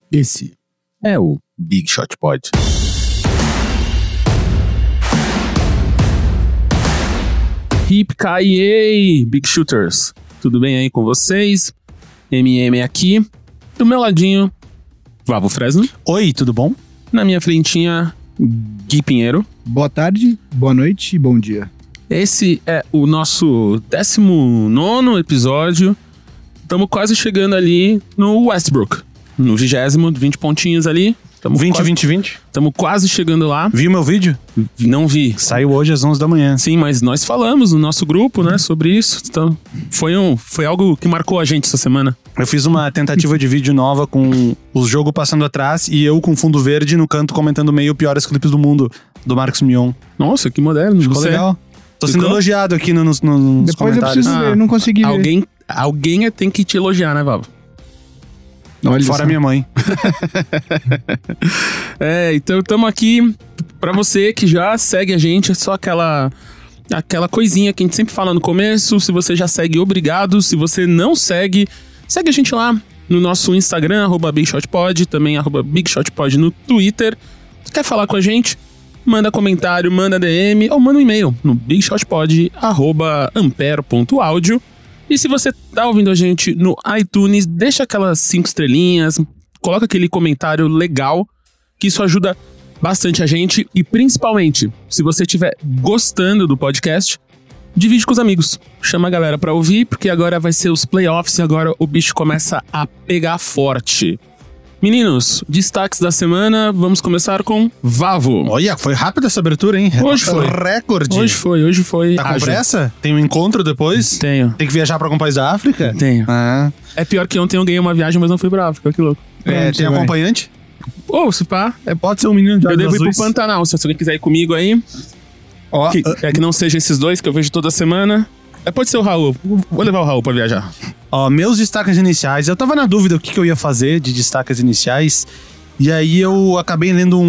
Esse é o Big Shot Pod. Hip-K-Yay, Big Shooters. Tudo bem aí com vocês? MM aqui. Do meu ladinho, Vavo Fresno. Oi, tudo bom? Na minha frentinha, Gui Pinheiro. Boa tarde, boa noite e bom dia. Esse é o nosso 19º episódio. Estamos quase chegando ali no Westbrook. No 20º, 20 pontinhos ali. 20. Estamos quase chegando lá. Viu meu vídeo? Não vi. Saiu hoje às 11 da manhã. Sim, mas nós falamos no nosso grupo, né, sobre isso. Então, foi algo que marcou a gente essa semana. Eu fiz uma tentativa de vídeo nova com o jogo passando atrás e eu com fundo verde no canto comentando meio piores clipes do mundo, do Marcos Mion. Nossa, que moderno. Ficou legal. Tô sendo elogiado aqui nos Depois comentários. eu preciso ver, eu não consegui ver. Alguém tem que te elogiar, né, Vavo? Olha Fora só. minha mãe. Então estamos aqui pra você que já segue a gente, é só aquela coisinha que a gente sempre fala no começo. Se você já segue, obrigado. Se você não segue, segue a gente lá no nosso Instagram, @BigShotPod, também @BigShotPod no Twitter. Se quer falar com a gente, manda comentário, manda DM ou manda um e-mail no bigshotpod@ampero.audio. E se você tá ouvindo a gente no iTunes, deixa aquelas 5 estrelinhas, coloca aquele comentário legal, que isso ajuda bastante a gente. E principalmente, se você estiver gostando do podcast, divide com os amigos. Chama a galera pra ouvir, porque agora vai ser os playoffs e agora o bicho começa a pegar forte. Meninos, destaques da semana, vamos começar com Vavo. Olha, foi rápida essa abertura, hein? Hoje foi. Recorde. Hoje foi. Tá com Ágil. pressa? Tem um encontro depois? Tenho. Tem que viajar pra algum país da África? Tenho. Ah. É pior que ontem eu ganhei uma viagem, mas não fui pra África, que louco. Tem acompanhante? Se pá, Pode ser um menino de eu olhos devo ir pro azuis. Pantanal, se alguém quiser ir comigo aí. Ó, Que não seja esses dois que eu vejo toda semana. Pode ser o Raul, vou levar o Raul pra viajar. meus destaques iniciais. Eu tava na dúvida o que eu ia fazer de destaques iniciais. E aí eu acabei lendo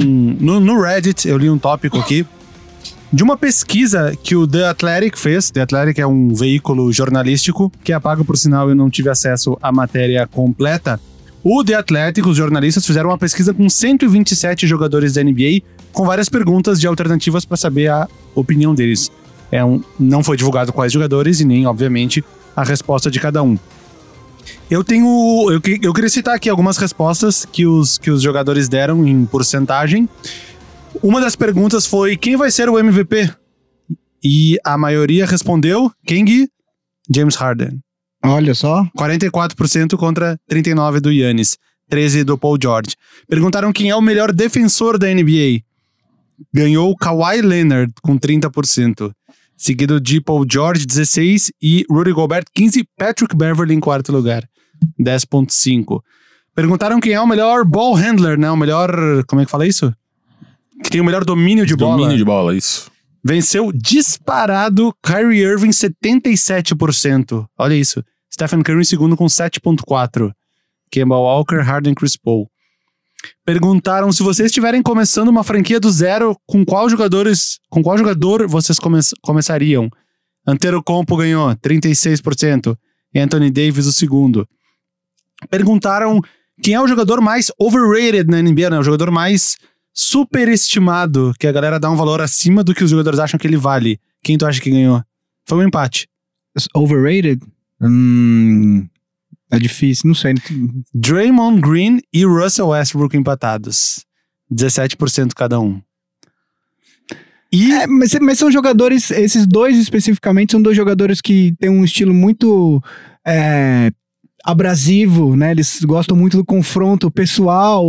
no Reddit, eu li um tópico aqui de uma pesquisa que o The Athletic fez. The Athletic é um veículo jornalístico que é pago, por sinal, eu não tive acesso à matéria completa. O The Athletic, os jornalistas, fizeram uma pesquisa com 127 jogadores da NBA com várias perguntas de alternativas para saber a opinião deles. Não foi divulgado quais jogadores e nem, obviamente, a resposta de cada um. Eu queria citar aqui algumas respostas que os jogadores deram em porcentagem. Uma das perguntas foi: quem vai ser o MVP? E a maioria respondeu: quem, Gui? James Harden. Olha só. 44% contra 39% do Giannis, 13% do Paul George. Perguntaram quem é o melhor defensor da NBA. Ganhou o Kawhi Leonard com 30%. Seguido de Paul George, 16%, e Rudy Gobert, 15%, Patrick Beverley em quarto lugar, 10,5%. Perguntaram quem é o melhor ball handler, né? O melhor... Como é que fala isso? Que tem o melhor domínio de bola. Domínio de bola, isso. Venceu disparado Kyrie Irving, 77%. Olha isso. Stephen Curry em segundo com 7,4%. Kemba Walker, Harden, Chris Paul. Perguntaram se vocês estiverem começando uma franquia do zero, com qual jogador vocês começariam? Antetokounmpo ganhou 36%, Anthony Davis o segundo. Perguntaram quem é o jogador mais overrated na NBA, né? O jogador mais superestimado, que a galera dá um valor acima do que os jogadores acham que ele vale. Quem tu acha que ganhou? Foi um empate. Overrated? É difícil, não sei. Draymond Green e Russell Westbrook empatados. 17% cada um. Mas são jogadores, esses dois especificamente, são dois jogadores que têm um estilo muito abrasivo, né? Eles gostam muito do confronto pessoal.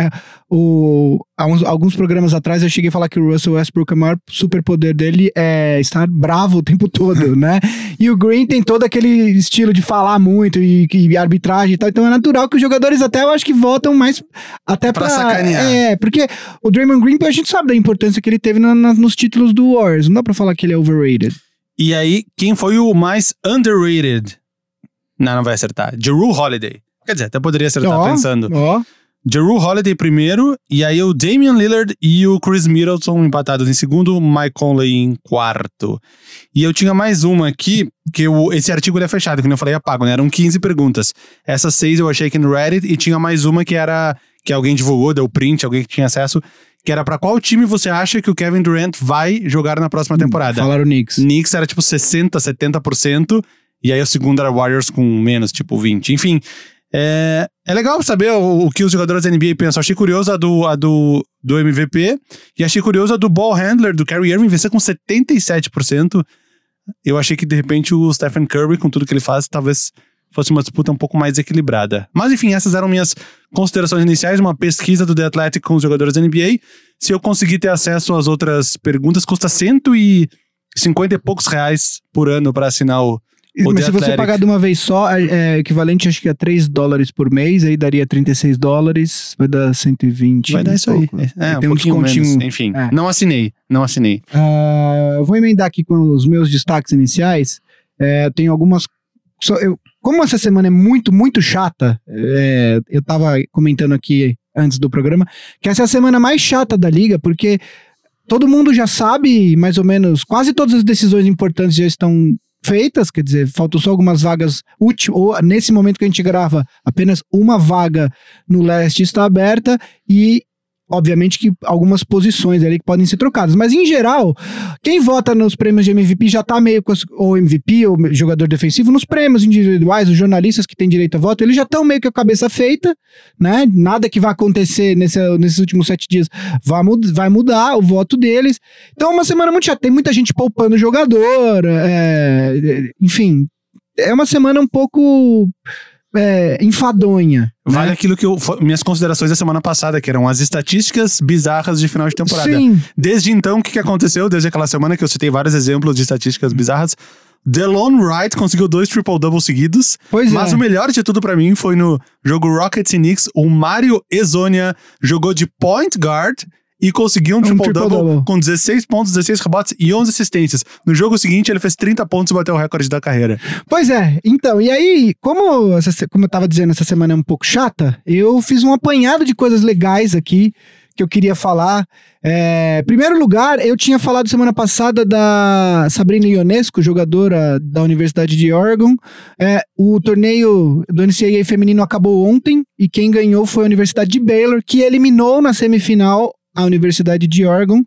Alguns programas atrás eu cheguei a falar que o Russell Westbrook, o maior superpoder dele é estar bravo o tempo todo, né? E o Green tem todo aquele estilo de falar muito e arbitragem e tal. Então é natural que os jogadores até, eu acho que votam mais até pra sacanear. Porque o Draymond Green, a gente sabe da importância que ele teve nos títulos do Warriors. Não dá pra falar que ele é overrated. E aí, quem foi o mais underrated? Não vai acertar. Jrue Holiday. Quer dizer, até poderia acertar pensando. Jrue Holiday primeiro, e aí o Damian Lillard e o Chris Middleton empatados em segundo, Mike Conley em quarto. E eu tinha mais uma aqui, que esse artigo ele é fechado, que eu falei, apago, né? Eram 15 perguntas. Essas 6 eu achei aqui no Reddit, e tinha mais uma que alguém divulgou, deu print, alguém que tinha acesso, que era pra qual time você acha que o Kevin Durant vai jogar na próxima temporada? Falaram o Knicks. Knicks era tipo 60%, 70%, e aí o segundo era Warriors com menos, tipo 20%. Enfim, é legal saber o que os jogadores da NBA pensam. Achei curioso a do MVP, e achei curioso a do ball handler, do Kyrie Irving, vencer com 77%. Eu achei que, de repente, o Stephen Curry, com tudo que ele faz, talvez fosse uma disputa um pouco mais equilibrada. Mas, enfim, essas eram minhas considerações iniciais, uma pesquisa do The Athletic com os jogadores da NBA. Se eu conseguir ter acesso às outras perguntas, custa 150 e poucos reais por ano para assinar o Mas se você pagar de uma vez só, é equivalente acho que a $3 por mês, aí daria $36, vai dar 120. Vai dar isso aí. Tem um descontinho. Menos. Enfim, não assinei. Eu vou emendar aqui com os meus destaques iniciais. Eu tenho algumas... Como essa semana é muito, muito chata, eu tava comentando aqui antes do programa, que essa é a semana mais chata da liga, porque todo mundo já sabe, mais ou menos, quase todas as decisões importantes já estão feitas, quer dizer, faltam só algumas vagas úteis, ou nesse momento que a gente grava, apenas uma vaga no leste está aberta e, obviamente, que algumas posições ali que podem ser trocadas, mas em geral, quem vota nos prêmios de MVP já tá meio com ou MVP, ou jogador defensivo, nos prêmios individuais, os jornalistas que têm direito a voto, eles já estão meio com a cabeça feita, né, nada que vai acontecer nesses últimos 7 dias vai mudar o voto deles, então é uma semana muito chata, tem muita gente poupando jogador, enfim, é uma semana um pouco... enfadonha. Vale né? aquilo que minhas considerações da semana passada, que eram as estatísticas bizarras de final de temporada. Sim. Desde então, o que aconteceu? Desde aquela semana que eu citei vários exemplos de estatísticas bizarras, Delon Wright conseguiu 2 triple-doubles seguidos. Mas o melhor de tudo pra mim foi no jogo Rockets e Knicks, o Mario Hezonja jogou de point guard e conseguiu um triple-double com 16 pontos, 16 rebotes e 11 assistências. No jogo seguinte, ele fez 30 pontos e bateu o recorde da carreira. Pois é, então, e aí, como eu tava dizendo, essa semana é um pouco chata, eu fiz um apanhado de coisas legais aqui que eu queria falar. Primeiro lugar, eu tinha falado semana passada da Sabrina Ionesco, jogadora da Universidade de Oregon. O torneio do NCAA feminino acabou ontem e quem ganhou foi a Universidade de Baylor, que eliminou na semifinal a Universidade de Oregon.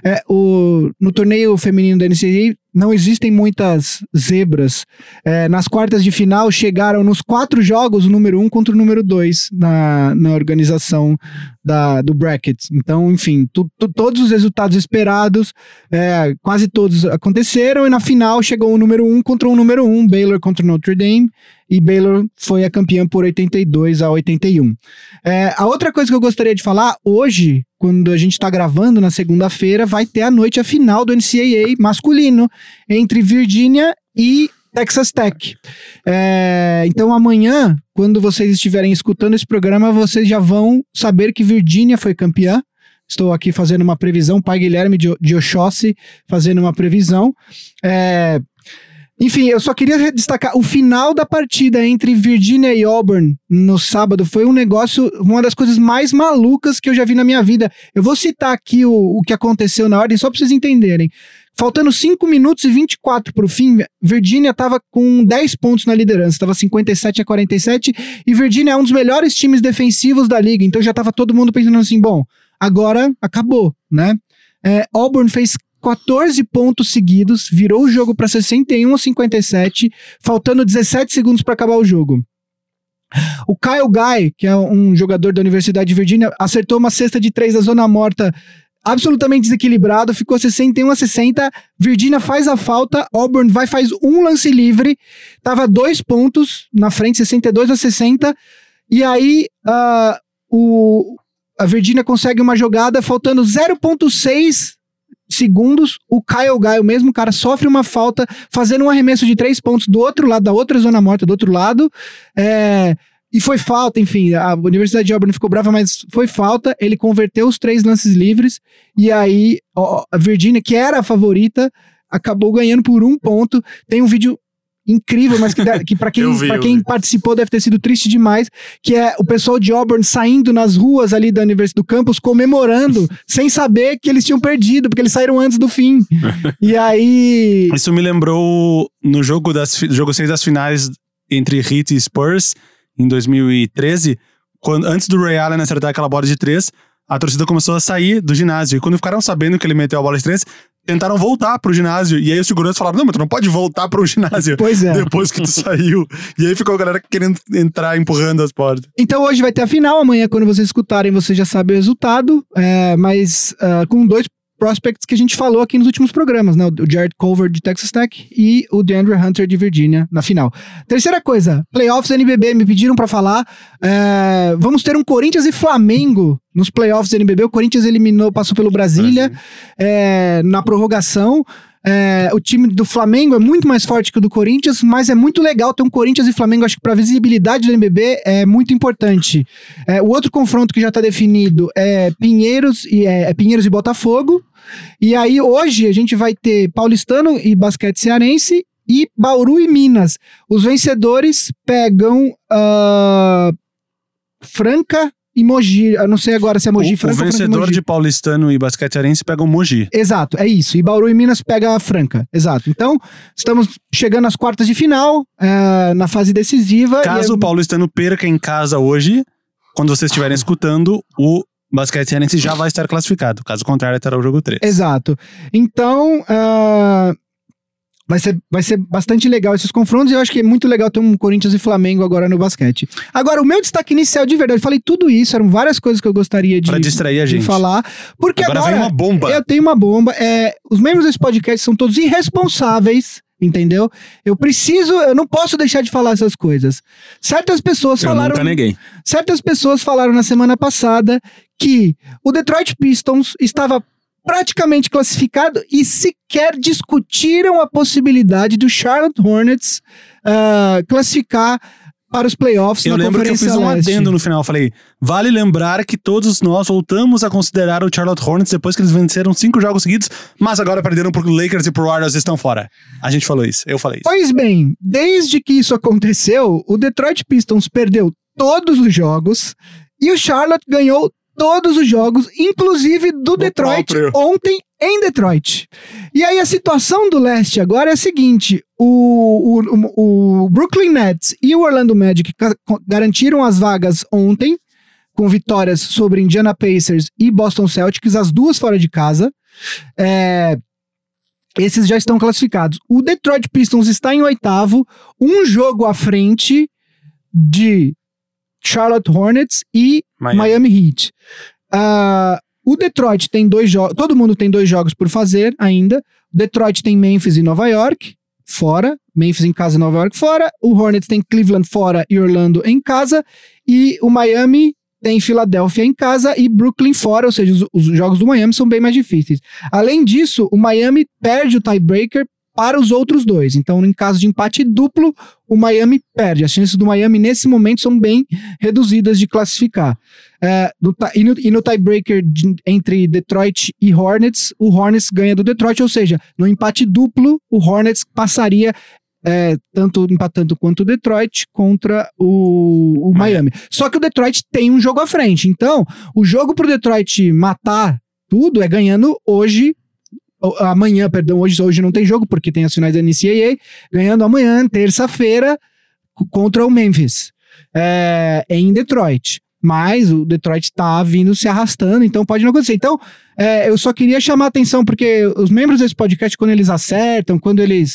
No torneio feminino da NCAA não existem muitas zebras. Nas quartas de final chegaram nos 4 jogos o número 1 contra o número 2 na organização do bracket. Então, enfim, todos os resultados esperados, quase todos aconteceram, e na final chegou o número 1 contra o número 1, Baylor contra Notre Dame, e Baylor foi a campeã por 82-81. A outra coisa que eu gostaria de falar, hoje, quando a gente está gravando na segunda-feira, vai ter à noite a final do NCAA masculino, entre Virgínia e Texas Tech. Então amanhã, quando vocês estiverem escutando esse programa, vocês já vão saber que Virgínia foi campeã. Estou aqui fazendo uma previsão, o pai Guilherme de Oxóssi fazendo uma previsão. Enfim, eu só queria destacar o final da partida entre Virgínia e Auburn no sábado. Foi um negócio, uma das coisas mais malucas que eu já vi na minha vida. Eu vou citar aqui o que aconteceu na ordem, só para vocês entenderem. Faltando 5 minutos e 24 para o fim, Virgínia estava com 10 pontos na liderança, estava 57-47, e Virgínia é um dos melhores times defensivos da liga, então já estava todo mundo pensando assim, bom, agora acabou, né? Auburn fez 14 pontos seguidos, virou o jogo para 61-57, faltando 17 segundos para acabar o jogo. O Kyle Guy, que é um jogador da Universidade de Virgínia, acertou uma cesta de 3 da zona morta absolutamente desequilibrado, ficou 61-60, Virgínia faz a falta, Auburn faz um lance livre, tava 2 pontos na frente, 62-60, e aí a Virgínia consegue uma jogada, faltando 0.6 segundos, o Kyle Guy, o mesmo cara, sofre uma falta, fazendo um arremesso de 3 pontos do outro lado, da outra zona morta, do outro lado, e foi falta, enfim, a Universidade de Auburn ficou brava, mas foi falta, ele converteu os 3 lances livres, e aí a Virgínia, que era a favorita, acabou ganhando por 1 ponto. Tem um vídeo incrível, mas que pra quem participou deve ter sido triste demais, que é o pessoal de Auburn saindo nas ruas ali da Universidade do Campus, comemorando, sem saber que eles tinham perdido, porque eles saíram antes do fim. E aí... Isso me lembrou no jogo 6 das finais entre Heat e Spurs, em 2013, antes do Ray Allen acertar aquela bola de 3, a torcida começou a sair do ginásio. E quando ficaram sabendo que ele meteu a bola de 3, tentaram voltar pro ginásio. E aí os seguranças falaram, não, mas tu não pode voltar pro ginásio depois que tu saiu. E aí ficou a galera querendo entrar, empurrando as portas. Então hoje vai ter a final. Amanhã, quando vocês escutarem, você já sabe o resultado. Mas com 2 prospects que a gente falou aqui nos últimos programas, né? O Jared Culver de Texas Tech e o DeAndre Hunter de Virginia na final. Terceira coisa, playoffs NBB, me pediram pra falar. Vamos ter um Corinthians e Flamengo nos playoffs NBB. O Corinthians passou pelo Brasília na prorrogação. O time do Flamengo é muito mais forte que o do Corinthians, mas é muito legal ter um Corinthians e Flamengo. Acho que pra visibilidade do NBB é muito importante. O outro confronto que já tá definido é Pinheiros e Botafogo. E aí hoje a gente vai ter Paulistano e Basquete Cearense e Bauru e Minas. Os vencedores pegam Franca e Mogi. Eu não sei agora se é Mogi, Franca ou Franca. O vencedor de Paulistano e Basquete Cearense pega o Mogi. Exato, é isso. E Bauru e Minas pega a Franca. Exato. Então, estamos chegando às quartas de final, na fase decisiva. Caso o Paulistano perca em casa hoje, quando vocês estiverem escutando, o Basquete Cearense já vai estar classificado. Caso contrário, terá o jogo 3. Exato. Então, vai ser bastante legal esses confrontos, e eu acho que é muito legal ter um Corinthians e Flamengo agora no basquete. Agora, o meu destaque inicial de verdade, eu falei tudo isso, eram várias coisas que eu gostaria de, pra distrair a gente. De falar, porque agora vem uma bomba. Eu tenho uma bomba. Os membros desse podcast são todos irresponsáveis, entendeu? Eu não posso deixar de falar essas coisas. Certas pessoas falaram... Eu nunca neguei. Certas pessoas falaram na semana passada que o Detroit Pistons estava praticamente classificado e sequer discutiram a possibilidade do Charlotte Hornets classificar para os playoffs na Conferência Leste. Eu lembro que eu fiz um adendo no final, eu falei, vale lembrar que todos nós voltamos a considerar o Charlotte Hornets depois que eles venceram 5 jogos seguidos, mas agora perderam pro Lakers e pro Warriors, estão fora. A gente falou isso, eu falei isso. Pois bem, desde que isso aconteceu, o Detroit Pistons perdeu todos os jogos e o Charlotte ganhou todos os jogos, inclusive do Detroit, próprio. Ontem em Detroit. E aí a situação do leste agora é a seguinte, o Brooklyn Nets e o Orlando Magic garantiram as vagas ontem, com vitórias sobre Indiana Pacers e Boston Celtics, as duas fora de casa. Esses já estão classificados. O Detroit Pistons está em 8º, um jogo à frente de Charlotte Hornets e Miami Heat. O Detroit tem 2 jogos, todo mundo tem 2 jogos por fazer ainda. O Detroit tem Memphis e Nova York fora, Memphis em casa e Nova York fora. O Hornets tem Cleveland fora e Orlando em casa. E o Miami tem Filadélfia em casa e Brooklyn fora, ou seja, os jogos do Miami são bem mais difíceis. Além disso, o Miami perde o tiebreaker para os outros 2. Então, em caso de empate duplo, o Miami perde. As chances do Miami, nesse momento, são bem reduzidas de classificar. E no tiebreaker entre Detroit e Hornets, o Hornets ganha do Detroit, ou seja, no empate duplo, o Hornets passaria tanto empatando quanto o Detroit contra o Miami. Só que o Detroit tem um jogo à frente. Então, o jogo pro Detroit matar tudo é ganhando amanhã, hoje não tem jogo porque tem as finais da NCAA, ganhando amanhã, terça-feira, contra o Memphis, em Detroit. Mas o Detroit tá vindo se arrastando, então pode não acontecer. Então, eu só queria chamar a atenção, porque os membros desse podcast, quando eles acertam, quando eles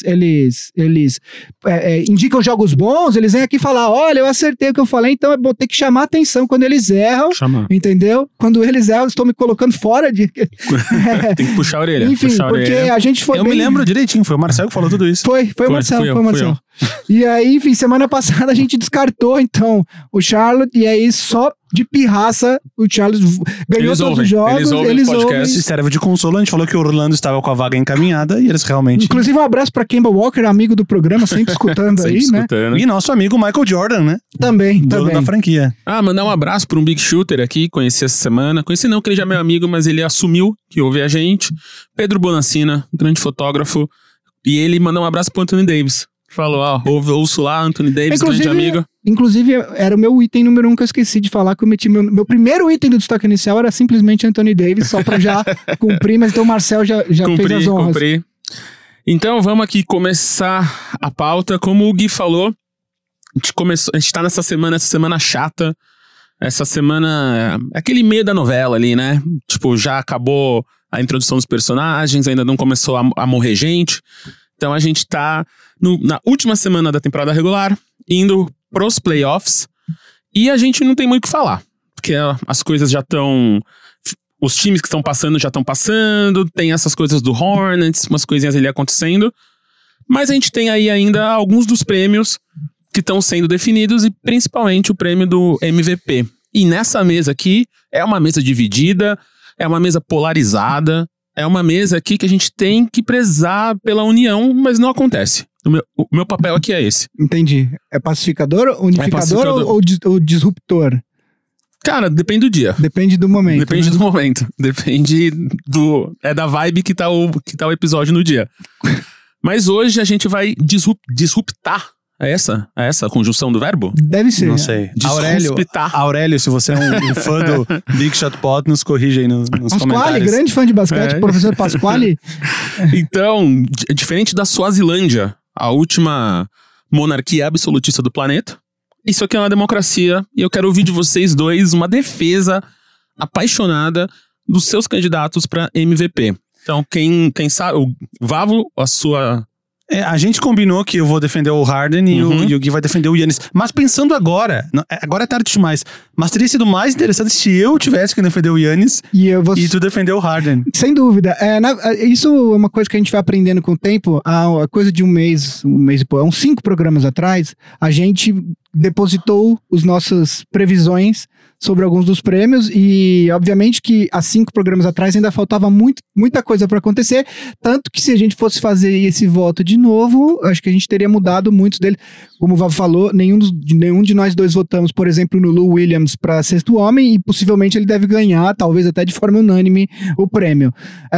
indicam jogos bons, eles vêm aqui falar, olha, eu acertei o que eu falei, então é bom ter que chamar a atenção quando eles erram, entendeu? Quando eles erram, estão me colocando fora de... Tem que puxar a orelha. Enfim, porque a gente foi me lembro direitinho, foi o Marcelo que falou tudo isso. Foi o Marcelo. E aí, enfim, semana passada a gente descartou, então, o Charlotte, e aí só de pirraça, o Charles ganhou todos os jogos. Eles ouvem. Se serve de consolo, a gente falou que o Orlando estava com a vaga encaminhada e eles realmente... Inclusive um abraço pra Kemba Walker, amigo do programa, sempre escutando sempre aí, escutando. Né? E nosso amigo Michael Jordan, né? Também. Dono da franquia. Mandar um abraço pra um Big Shooter aqui, conheci essa semana. Conheci não, que ele já é meu amigo, mas ele assumiu que ouve a gente. Pedro Bonassina, grande fotógrafo. E ele mandou um abraço pro Anthony Davis. Falou, ó, ouço lá, Anthony Davis, grande amigo. Inclusive, era o meu item número 1 que eu esqueci de falar, que eu meti meu primeiro item do destaque inicial era simplesmente Anthony Davis, só pra já cumprir, mas então o Marcel já fez as honras. Cumpri. Então vamos aqui começar a pauta. Como o Gui falou, a gente tá essa semana chata, essa semana, aquele meio da novela ali, né? Tipo, já acabou a introdução dos personagens, ainda não começou a morrer gente. Então a gente tá na última semana da temporada regular, indo pros playoffs, e a gente não tem muito o que falar, porque as coisas já estão... Os times que estão passando já estão passando, tem essas coisas do Hornets, umas coisinhas ali acontecendo, mas a gente tem aí ainda alguns dos prêmios que estão sendo definidos, e principalmente o prêmio do MVP. E nessa mesa aqui, é uma mesa dividida, é uma mesa polarizada, é uma mesa aqui que a gente tem que prezar pela união, mas não acontece. O meu papel aqui é esse. Entendi. É pacificador, unificador ou disruptor? Cara, depende do dia. Depende do momento. Depende do momento. Depende do... É da vibe que tá o episódio no dia. Mas hoje a gente vai disruptar. É essa a conjunção do verbo? Deve ser. Não sei. Disruptar. Aurélio, se você é um fã do Big Shot Pod, nos corrige aí nos Pasquale, comentários. grande fã de basquete, professor Pasquale. Então, diferente da Suazilândia, a última monarquia absolutista do planeta, isso aqui é uma democracia, e eu quero ouvir de vocês dois uma defesa apaixonada dos seus candidatos para MVP. Então, quem sabe, o Vavo, a sua... A gente combinou que eu vou defender o Harden e o Gui vai defender o Giannis. Mas pensando agora é tarde demais, mas teria sido mais interessante se eu tivesse que defender o Giannis e tu defender o Harden. Sem dúvida. Isso é uma coisa que a gente vai aprendendo com o tempo. A coisa de um mês e pouco, uns 5 programas atrás, a gente depositou as nossas previsões sobre alguns dos prêmios, e obviamente que há 5 programas atrás ainda faltava muita coisa para acontecer, tanto que se a gente fosse fazer esse voto de novo, acho que a gente teria mudado muitos deles. Como o Vav falou, nenhum de nós dois votamos, por exemplo, no Lou Williams para sexto homem, e possivelmente ele deve ganhar, talvez até de forma unânime, o prêmio.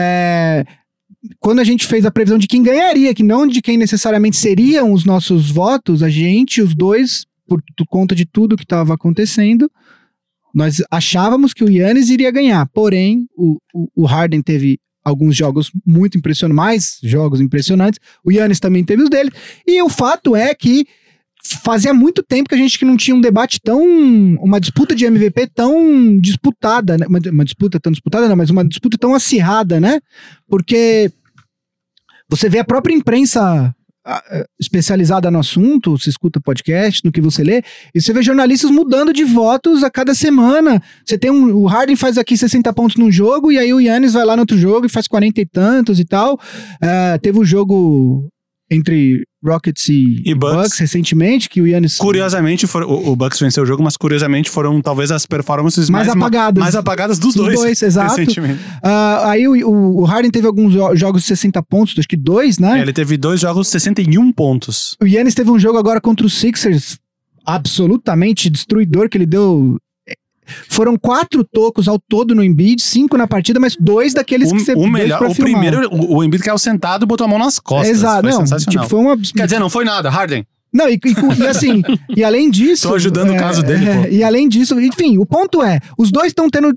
Quando a gente fez a previsão de quem ganharia, que não de quem necessariamente seriam os nossos votos, os dois, por conta de tudo que estava acontecendo, nós achávamos que o Giannis iria ganhar. Porém, o Harden teve alguns jogos muito impressionantes, mais jogos impressionantes. O Giannis também teve os dele. E o fato é que fazia muito tempo que a gente não tinha um debate uma disputa de MVP tão disputada, né? Uma disputa tão disputada não, mas uma disputa tão acirrada, né? Porque você vê a própria imprensa especializada no assunto, você escuta podcast, no que você lê, e você vê jornalistas mudando de votos a cada semana. Você tem o Harden faz aqui 60 pontos num jogo, e aí o Giannis vai lá no outro jogo e faz 40 e tantos e tal. Teve o jogo entre Rockets e Bucks recentemente, que o Giannis... Curiosamente, o Bucks venceu o jogo, mas curiosamente foram talvez as performances mais apagadas dos dois exato. Recentemente. Aí o Harden teve alguns jogos de 60 pontos, acho que 2, né? Ele teve 2 jogos de 61 pontos. O Giannis teve um jogo agora contra os Sixers absolutamente destruidor, que ele deu... Foram 4 tocos ao todo no Embiid, 5 na partida, mas 2 daqueles que você o melhor, o filmar. Primeiro, o Embiid caiu sentado e botou a mão nas costas. Exato, foi não, sensacional. Tipo, foi uma... Quer dizer, não foi nada, Harden. Não, e assim, e além disso... Tô ajudando o caso dele, pô. E além disso, enfim, o ponto é, os dois estão tendo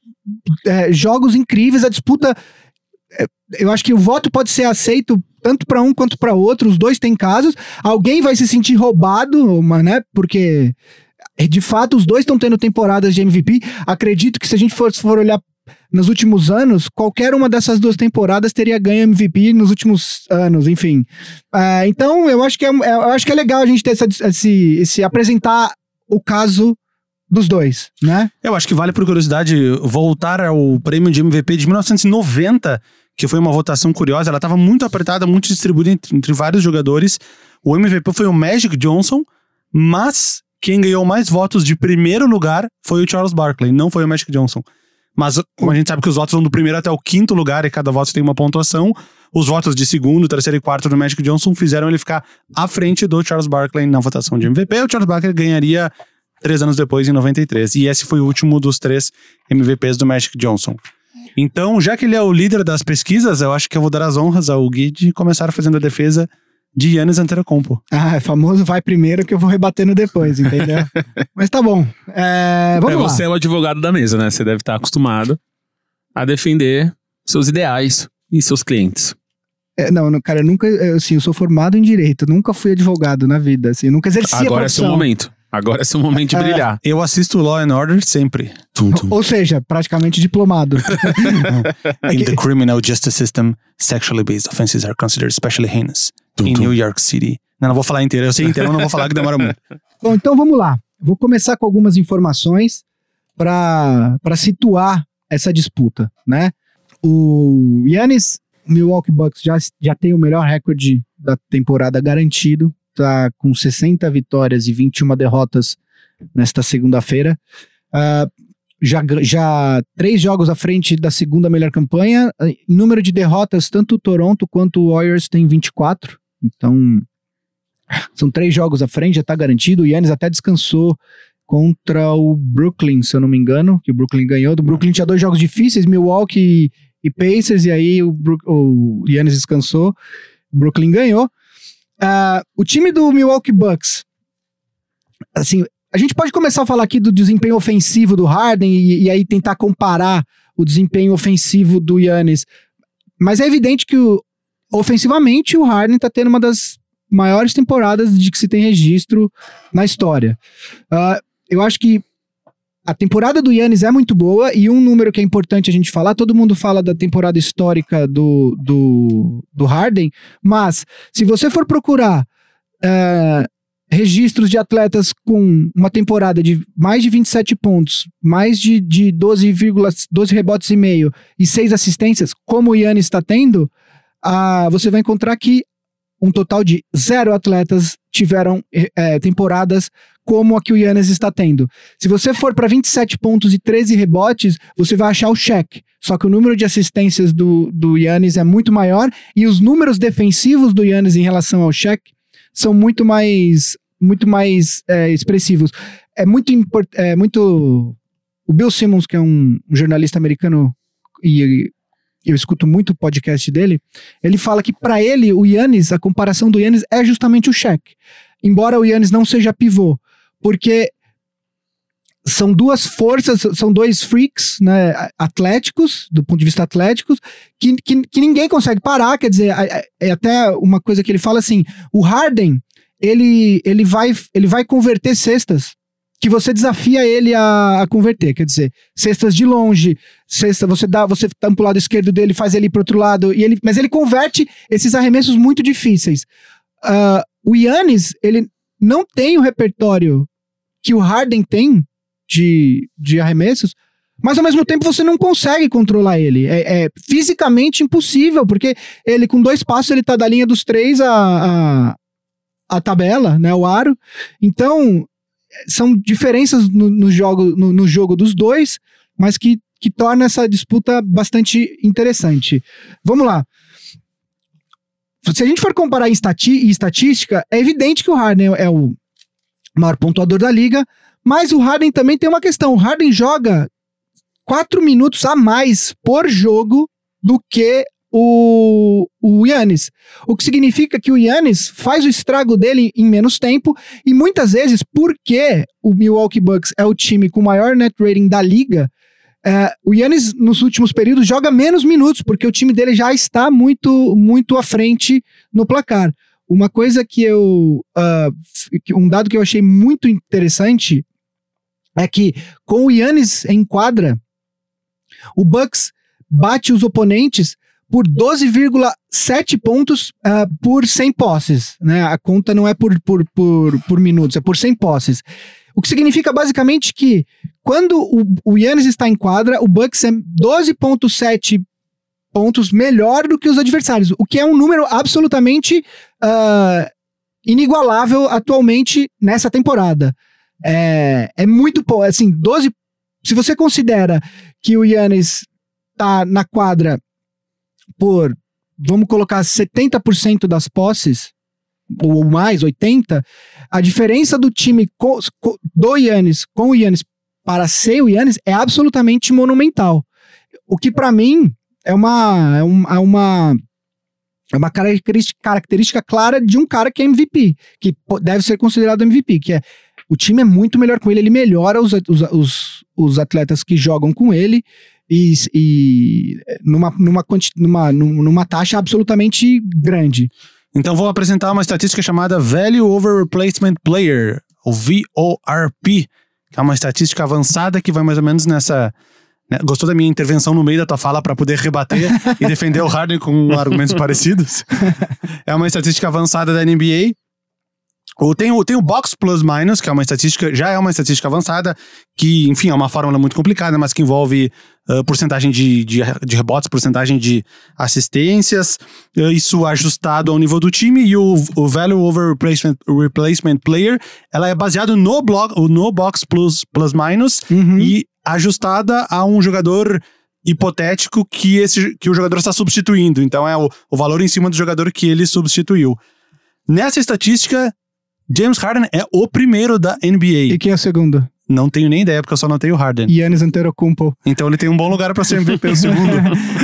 jogos incríveis, a disputa... eu acho que o voto pode ser aceito tanto para um quanto para outro, os dois têm casos, alguém vai se sentir roubado, né, porque... De fato, os dois estão tendo temporadas de MVP. Acredito que se a gente for olhar nos últimos anos, qualquer uma dessas 2 temporadas teria ganho MVP nos últimos anos, enfim. Então, eu acho que é legal a gente ter esse apresentar o caso dos dois, né? Eu acho que vale, por curiosidade, voltar ao prêmio de MVP de 1990, que foi uma votação curiosa. Ela estava muito apertada, muito distribuída entre vários jogadores. O MVP foi o Magic Johnson, mas... quem ganhou mais votos de primeiro lugar foi o Charles Barkley, não foi o Magic Johnson. Mas como a gente sabe que os votos vão do primeiro até o 5º lugar e cada voto tem uma pontuação, os votos de segundo, terceiro e quarto do Magic Johnson fizeram ele ficar à frente do Charles Barkley na votação de MVP. O Charles Barkley ganharia 3 anos depois, em 93. E esse foi o último dos 3 MVPs do Magic Johnson. Então, já que ele é o líder das pesquisas, eu acho que eu vou dar as honras ao Gui de começar fazendo a defesa de Giannis Antetokounmpo. É famoso vai primeiro que eu vou rebatendo depois, entendeu? Mas tá bom. Vamos lá. Você é o advogado da mesa, né? Você deve estar acostumado a defender seus ideais e seus clientes. Não, cara, eu sou formado em direito, nunca fui advogado na vida, assim, nunca exerci a profissão. Agora é seu momento. Agora é seu momento de brilhar. Eu assisto Law and Order sempre. Ou seja, praticamente diplomado. In the criminal justice system, sexually based offenses are considered especially heinous. In New York City. Não vou falar inteiro. Eu sei inteiro, não vou falar que demora muito. Bom, então vamos lá. Vou começar com algumas informações para situar essa disputa, né? O Giannis, Milwaukee Bucks já tem o melhor recorde da temporada garantido. Tá com 60 vitórias e 21 derrotas nesta segunda-feira. Já 3 jogos à frente da segunda melhor campanha. Em número de derrotas, tanto o Toronto quanto o Warriors tem 24. Então, são 3 jogos à frente, já tá garantido. O Giannis até descansou contra o Brooklyn, se eu não me engano, que o Brooklyn ganhou. Do Brooklyn tinha 2 jogos difíceis, Milwaukee e Pacers, e aí o Giannis descansou. O Brooklyn ganhou. O time do Milwaukee Bucks, assim, a gente pode começar a falar aqui do desempenho ofensivo do Harden e aí tentar comparar o desempenho ofensivo do Giannis, mas é evidente que ofensivamente o Harden tá tendo uma das maiores temporadas de que se tem registro na história. Eu acho que a temporada do Giannis é muito boa, e um número que é importante a gente falar, todo mundo fala da temporada histórica do Harden, mas se você for procurar registros de atletas com uma temporada de mais de 27 pontos, mais de 12 rebotes e meio e 6 assistências, como o Giannis está tendo, você vai encontrar que um total de 0 atletas tiveram temporadas como a que o Giannis está tendo. Se você for para 27 pontos e 13 rebotes, você vai achar o Shaq. Só que o número de assistências do Giannis é muito maior, e os números defensivos do Giannis em relação ao Shaq são muito mais expressivos. O Bill Simmons, que é um jornalista americano, e eu escuto muito o podcast dele, ele fala que para ele, o Giannis, a comparação do Giannis é justamente o Shaq. Embora o Giannis não seja pivô, porque são 2 forças, são 2 freaks, né, atléticos, do ponto de vista atléticos, que ninguém consegue parar. Quer dizer, é até uma coisa que ele fala assim, o Harden, ele vai converter cestas que você desafia ele a converter, quer dizer, cestas de longe, você tá pro lado esquerdo dele, faz ele ir pro outro lado, mas ele converte esses arremessos muito difíceis. O Giannis, ele não tem o repertório que o Harden tem de arremessos, mas ao mesmo tempo você não consegue controlar ele. É fisicamente impossível, porque ele com 2 passos ele tá da linha dos 3 a tabela, né, o aro. Então, são diferenças no jogo dos dois, mas que torna essa disputa bastante interessante. Vamos lá. Se a gente for comparar em estatística, é evidente que o Harden é o maior pontuador da liga, mas o Harden também tem uma questão. O Harden joga 4 minutos a mais por jogo do que o Giannis. O que significa que o Giannis faz o estrago dele em menos tempo, e muitas vezes, porque o Milwaukee Bucks é o time com o maior net rating da liga, o Giannis nos últimos períodos joga menos minutos, porque o time dele já está muito, muito à frente no placar. Uma coisa um dado que eu achei muito interessante é que com o Giannis em quadra, o Bucks bate os oponentes por 12,7 pontos por 100 posses, né? A conta não é por minutos, é por 100 posses. O que significa basicamente que quando o Giannis está em quadra, o Bucks é 12,7 pontos melhor do que os adversários, o que é um número absolutamente inigualável atualmente nessa temporada. É muito bom, assim, 12... Se você considera que o Giannis tá na quadra por, vamos colocar, 70% das posses, ou mais, 80%, a diferença do time do Giannis com o Giannis para ser o Giannis é absolutamente monumental. O que para mim é uma É uma característica clara de um cara que é MVP, que deve ser considerado MVP, que é o time é muito melhor com ele, ele melhora os atletas que jogam com ele e numa taxa absolutamente grande. Então vou apresentar uma estatística chamada Value Over Replacement Player, o VORP, que é uma estatística avançada que vai mais ou menos nessa... Gostou da minha intervenção no meio da tua fala para poder rebater e defender o Harden com argumentos parecidos? É uma estatística avançada da NBA. Tem o Box Plus Minus, que é uma estatística, já é uma estatística avançada, que, enfim, é uma fórmula muito complicada, mas que envolve porcentagem de rebotes, porcentagem de assistências, isso ajustado ao nível do time, e o Value Over Replacement Player, ela é baseado no Box Plus Minus, e ajustada a um jogador hipotético que o jogador está substituindo. Então é o valor em cima do jogador que ele substituiu. Nessa estatística, James Harden é o primeiro da NBA. E quem é o segundo? Não tenho nem ideia, porque eu só anotei o Harden. Giannis Antetokounmpo. Então ele tem um bom lugar para ser MVP o segundo.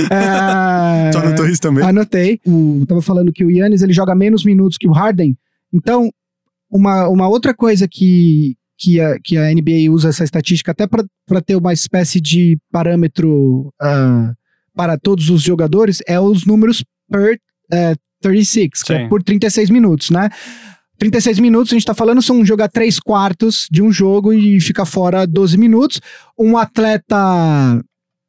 Tu anotou isso também? Anotei. Tava falando que o Giannis ele joga menos minutos que o Harden. Então, uma outra coisa que a NBA usa essa estatística até para ter uma espécie de parâmetro para todos os jogadores é os números per 36, que é por 36 minutos, né? 36 minutos, a gente tá falando, são jogar 3/4 de um jogo e ficar fora 12 minutos. Um atleta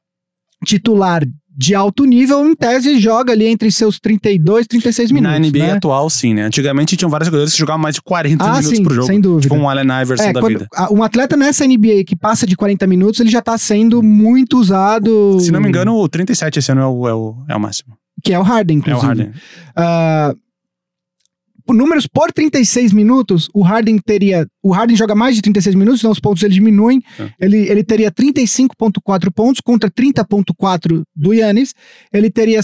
titular de alto nível, em tese, joga ali entre seus 32 e 36 minutos. Na NBA né? atual, sim, né? Antigamente tinham vários jogadores que jogavam mais de 40 minutos sim, por jogo. Sem dúvida. Tipo um Allen Iverson da vida. Um atleta nessa NBA que passa de 40 minutos, ele já tá sendo muito usado. Se não me engano, o 37 esse ano é o máximo. Que é o Harden, inclusive. É o Harden. Números por 36 minutos, o Harden joga mais de 36 minutos, então os pontos ele diminuem. Ele teria 35,4 pontos contra 30,4 do Giannis. Ele teria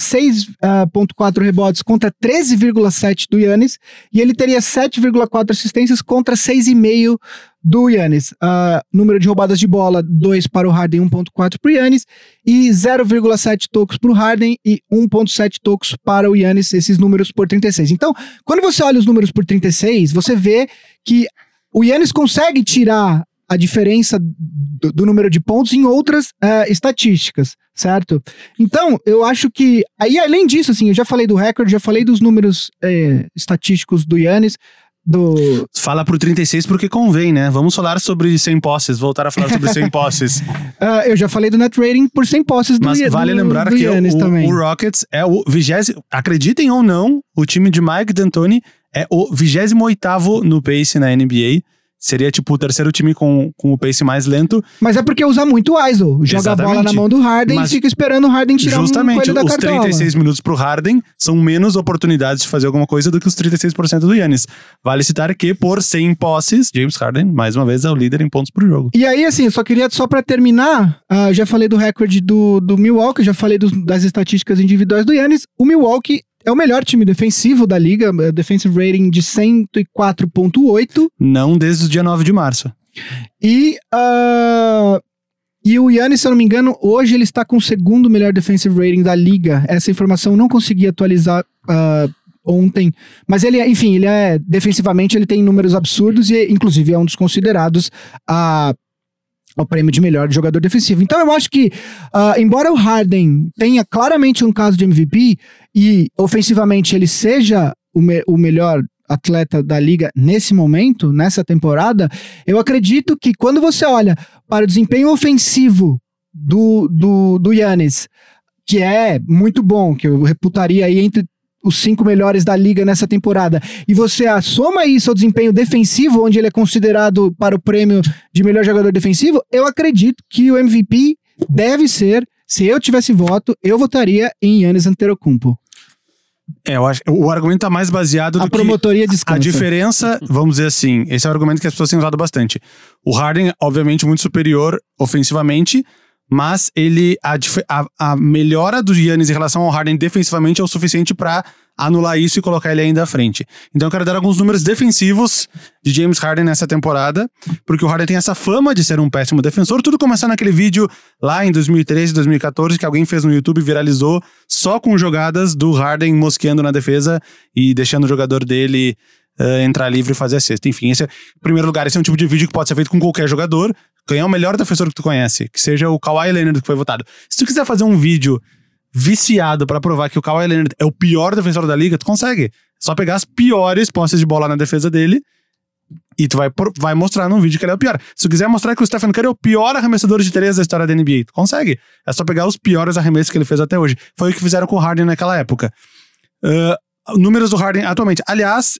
6,4 rebotes contra 13,7 do Giannis. E ele teria 7,4 assistências contra 6,5 do Giannis. Número de roubadas de bola, 2 para o Harden, 1,4 para o Giannis. E 0,7 tocos para o Harden e 1,7 tocos para o Giannis, esses números por 36. Então, quando você olha os números por 36, você vê que o Giannis consegue tirar a diferença do número de pontos em outras estatísticas, certo? Então, eu acho que... Aí, além disso, assim, eu já falei do recorde, já falei dos números estatísticos do Giannis, Fala pro 36 porque convém, né? Vamos falar sobre 100 posses, voltar a falar sobre 100 posses. Eu já falei do net rating por 100 posses Mas vale lembrar que o Rockets é o 20º, acreditem ou não, o time de Mike D'Antoni é o 28º no pace na NBA. Seria tipo o terceiro time com o pace mais lento. Mas é porque usa muito o ISO. Joga a bola na mão do Harden e fica esperando o Harden tirar um coelho da cartola. Justamente, os 36 minutos pro Harden são menos oportunidades de fazer alguma coisa do que os 36% do Giannis. Vale citar que por 100 posses, James Harden, mais uma vez, é o líder em pontos por jogo. E aí, assim, eu só queria, só pra terminar, já falei do recorde do Milwaukee, já falei das estatísticas individuais do Giannis. O Milwaukee é o melhor time defensivo da liga, defensive rating de 104,8. Não desde o dia 9 de março. E o Giannis, se eu não me engano, hoje ele está com o segundo melhor defensive rating da liga. Essa informação eu não consegui atualizar ontem. Mas ele é, enfim, defensivamente ele tem números absurdos e inclusive é um dos considerados ao prêmio de melhor jogador defensivo. Então eu acho que, embora o Harden tenha claramente um caso de MVP e ofensivamente ele seja o melhor atleta da liga nesse momento, nessa temporada, eu acredito que quando você olha para o desempenho ofensivo do Giannis, que é muito bom, que eu reputaria aí entre os 5 melhores da liga nessa temporada, e você soma isso ao desempenho defensivo, onde ele é considerado para o prêmio de melhor jogador defensivo, eu acredito que o MVP deve ser, se eu tivesse voto, eu votaria em Giannis Antetokounmpo. Eu acho o argumento tá mais baseado a promotoria descansa. A diferença, vamos dizer assim, esse é o argumento que as pessoas têm usado bastante. O Harden, obviamente, muito superior ofensivamente, mas a melhora do Giannis em relação ao Harden defensivamente é o suficiente para anular isso e colocar ele ainda à frente. Então eu quero dar alguns números defensivos de James Harden nessa temporada, porque o Harden tem essa fama de ser um péssimo defensor. Tudo começou naquele vídeo lá em 2013, 2014, que alguém fez no YouTube, viralizou, só com jogadas do Harden mosqueando na defesa e deixando o jogador dele entrar livre e fazer a cesta. Enfim, em primeiro lugar, esse é um tipo de vídeo que pode ser feito com qualquer jogador. Quem é o melhor defensor que tu conhece? Que seja o Kawhi Leonard que foi votado. Se tu quiser fazer um vídeo viciado pra provar que o Kawhi Leonard é o pior defensor da liga, tu consegue. É só pegar as piores posses de bola na defesa dele e tu vai mostrar num vídeo que ele é o pior. Se tu quiser mostrar que o Stephen Curry é o pior arremessador de 3 da história da NBA, tu consegue. É só pegar os piores arremessos que ele fez até hoje. Foi o que fizeram com o Harden naquela época. Números do Harden atualmente. Aliás,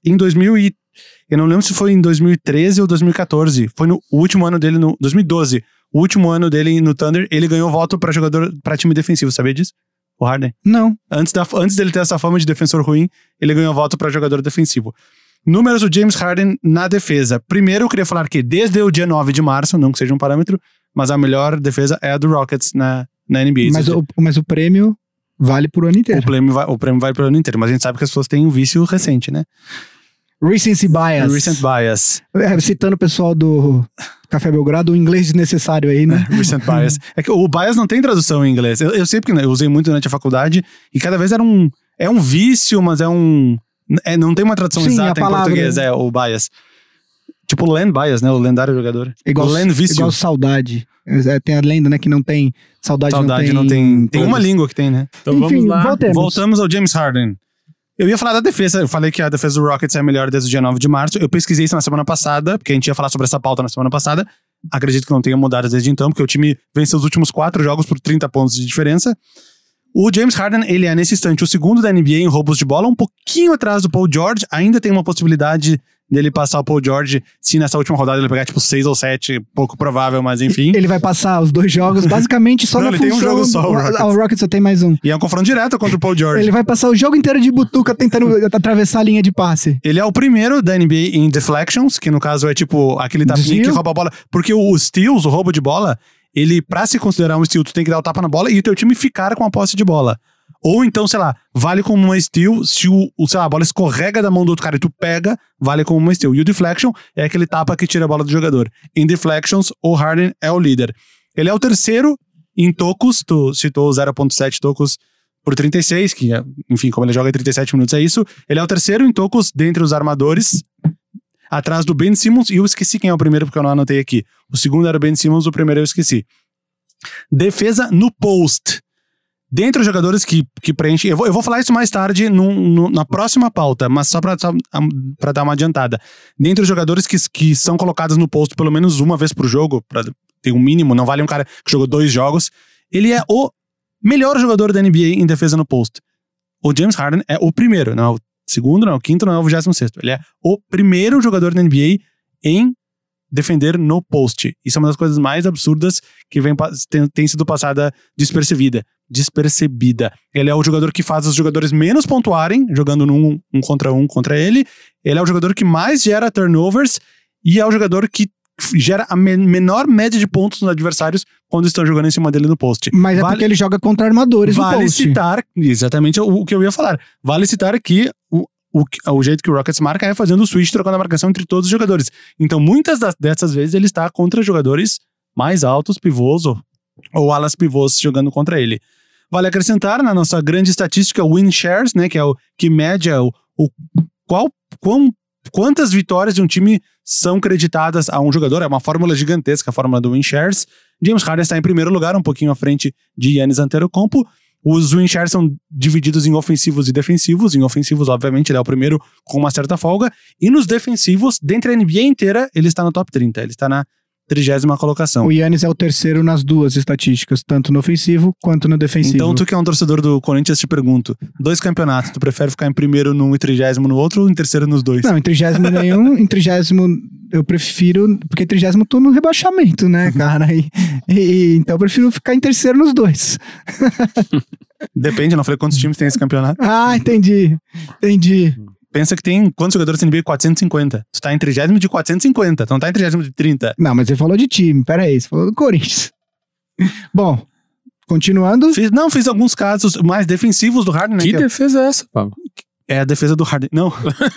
eu não lembro se foi em 2013 ou 2014. Foi no último ano dele, no 2012. O último ano dele no Thunder, ele ganhou voto pra time defensivo, sabia disso? O Harden? Não. Antes dele ter essa fama de defensor ruim, ele ganhou voto pra jogador defensivo. Números do James Harden na defesa. Primeiro, eu queria falar que desde o dia 9 de março, não que seja um parâmetro, mas a melhor defesa é a do Rockets na NBA. Mas o prêmio vale pro ano inteiro. O prêmio vale pro ano inteiro, mas a gente sabe que as pessoas têm um vício recente, né? Recency bias. Recent bias. Citando o pessoal do Café Belgrado, o inglês desnecessário aí, né? Recent bias. É que o bias não tem tradução em inglês. Eu sei porque eu usei muito durante a faculdade e cada vez é um vício, mas não tem uma tradução exata em português, o bias. Tipo o land bias, né? O lendário jogador. Igual saudade. Tem a lenda, né? Que não tem saudade não tem. Tem uma língua que tem, né? Então enfim, vamos lá. Voltamos ao James Harden. Eu ia falar da defesa. Eu falei que a defesa do Rockets é a melhor desde o dia 9 de março. Eu pesquisei isso na semana passada, porque a gente ia falar sobre essa pauta na semana passada. Acredito que não tenha mudado desde então, porque o time venceu os últimos 4 jogos por 30 pontos de diferença. O James Harden, ele é nesse instante o segundo da NBA em roubos de bola, um pouquinho atrás do Paul George. Ainda tem uma possibilidade dele passar o Paul George, se nessa última rodada ele pegar tipo 6 ou 7, pouco provável, mas enfim. Ele vai passar os 2 jogos, basicamente só na função... Ele tem um jogo só, o Rockets só tem mais um. E é um confronto direto contra o Paul George. Ele vai passar o jogo inteiro de butuca tentando atravessar a linha de passe. Ele é o primeiro da NBA em deflections, que no caso é tipo aquele tapinha que rouba a bola. Porque o steals, o roubo de bola, ele, pra se considerar um steal, tu tem que dar o tapa na bola e o teu time ficar com a posse de bola. Ou então, sei lá, vale como uma steal se a bola escorrega da mão do outro cara e tu pega, vale como uma steal. E o deflection é aquele tapa que tira a bola do jogador. Em deflections, o Harden é o líder. Ele é o terceiro em tocos, tu citou 0.7 tocos por 36, que, enfim, como ele joga em 37 minutos é isso. Ele é o terceiro em tocos dentre os armadores, atrás do Ben Simmons, e eu esqueci quem é o primeiro porque eu não anotei aqui. O segundo era o Ben Simmons, o primeiro eu esqueci. Defesa no post. Dentre os jogadores que preenchem... Eu vou falar isso mais tarde na próxima pauta, mas só pra dar uma adiantada. Dentre os jogadores que são colocados no post pelo menos uma vez por jogo, pra ter um mínimo, não vale um cara que jogou 2 jogos, ele é o melhor jogador da NBA em defesa no post. O James Harden é o primeiro, não é o segundo, não é o quinto, não é o 26º. Ele é o primeiro jogador da NBA em defender no post. Isso é uma das coisas mais absurdas que tem sido passada despercebida. Ele é o jogador que faz os jogadores menos pontuarem, jogando num 1 contra 1 contra ele. Ele é o jogador que mais gera turnovers e é o jogador que gera a menor média de pontos nos adversários quando estão jogando em cima dele no post. Mas é porque ele joga contra armadores no post. Vale citar, exatamente o que eu ia falar, vale citar que o jeito que o Rockets marca é fazendo o switch, trocando a marcação entre todos os jogadores. Então, muitas dessas vezes ele está contra jogadores mais altos, pivôs ou alas pivôs jogando contra ele. Vale acrescentar na nossa grande estatística win shares, né, que é o que mede quantas vitórias de um time são creditadas a um jogador. É uma fórmula gigantesca, a fórmula do win shares. James Harden está em primeiro lugar, um pouquinho à frente de Giannis Antetokounmpo. Os win shares são divididos em ofensivos e defensivos. Em ofensivos, obviamente, ele é o primeiro com uma certa folga. E nos defensivos, dentre a NBA inteira, ele está no top 30. Ele está na 30ª colocação. O Giannis é o terceiro nas 2 estatísticas, tanto no ofensivo quanto no defensivo. Então, tu que é um torcedor do Corinthians, te pergunto, 2 campeonatos, tu prefere ficar em primeiro num e 30º no outro ou em terceiro nos 2? Não, em 30º nenhum, em 30º eu prefiro, porque 30º eu tô no rebaixamento, né, cara? Então eu prefiro ficar em terceiro nos 2. Depende, não falei quantos times tem esse campeonato. Ah, entendi. Pensa que tem quantos jogadores tem NBA? 450. Tu tá em 30º de 450, tu não tá em 30º de 30. Não, mas você falou de time, peraí, você falou do Corinthians. Bom, continuando. Fiz alguns casos mais defensivos do Harden, né? Que defesa é essa, Pablo? É a defesa do Harden. Não.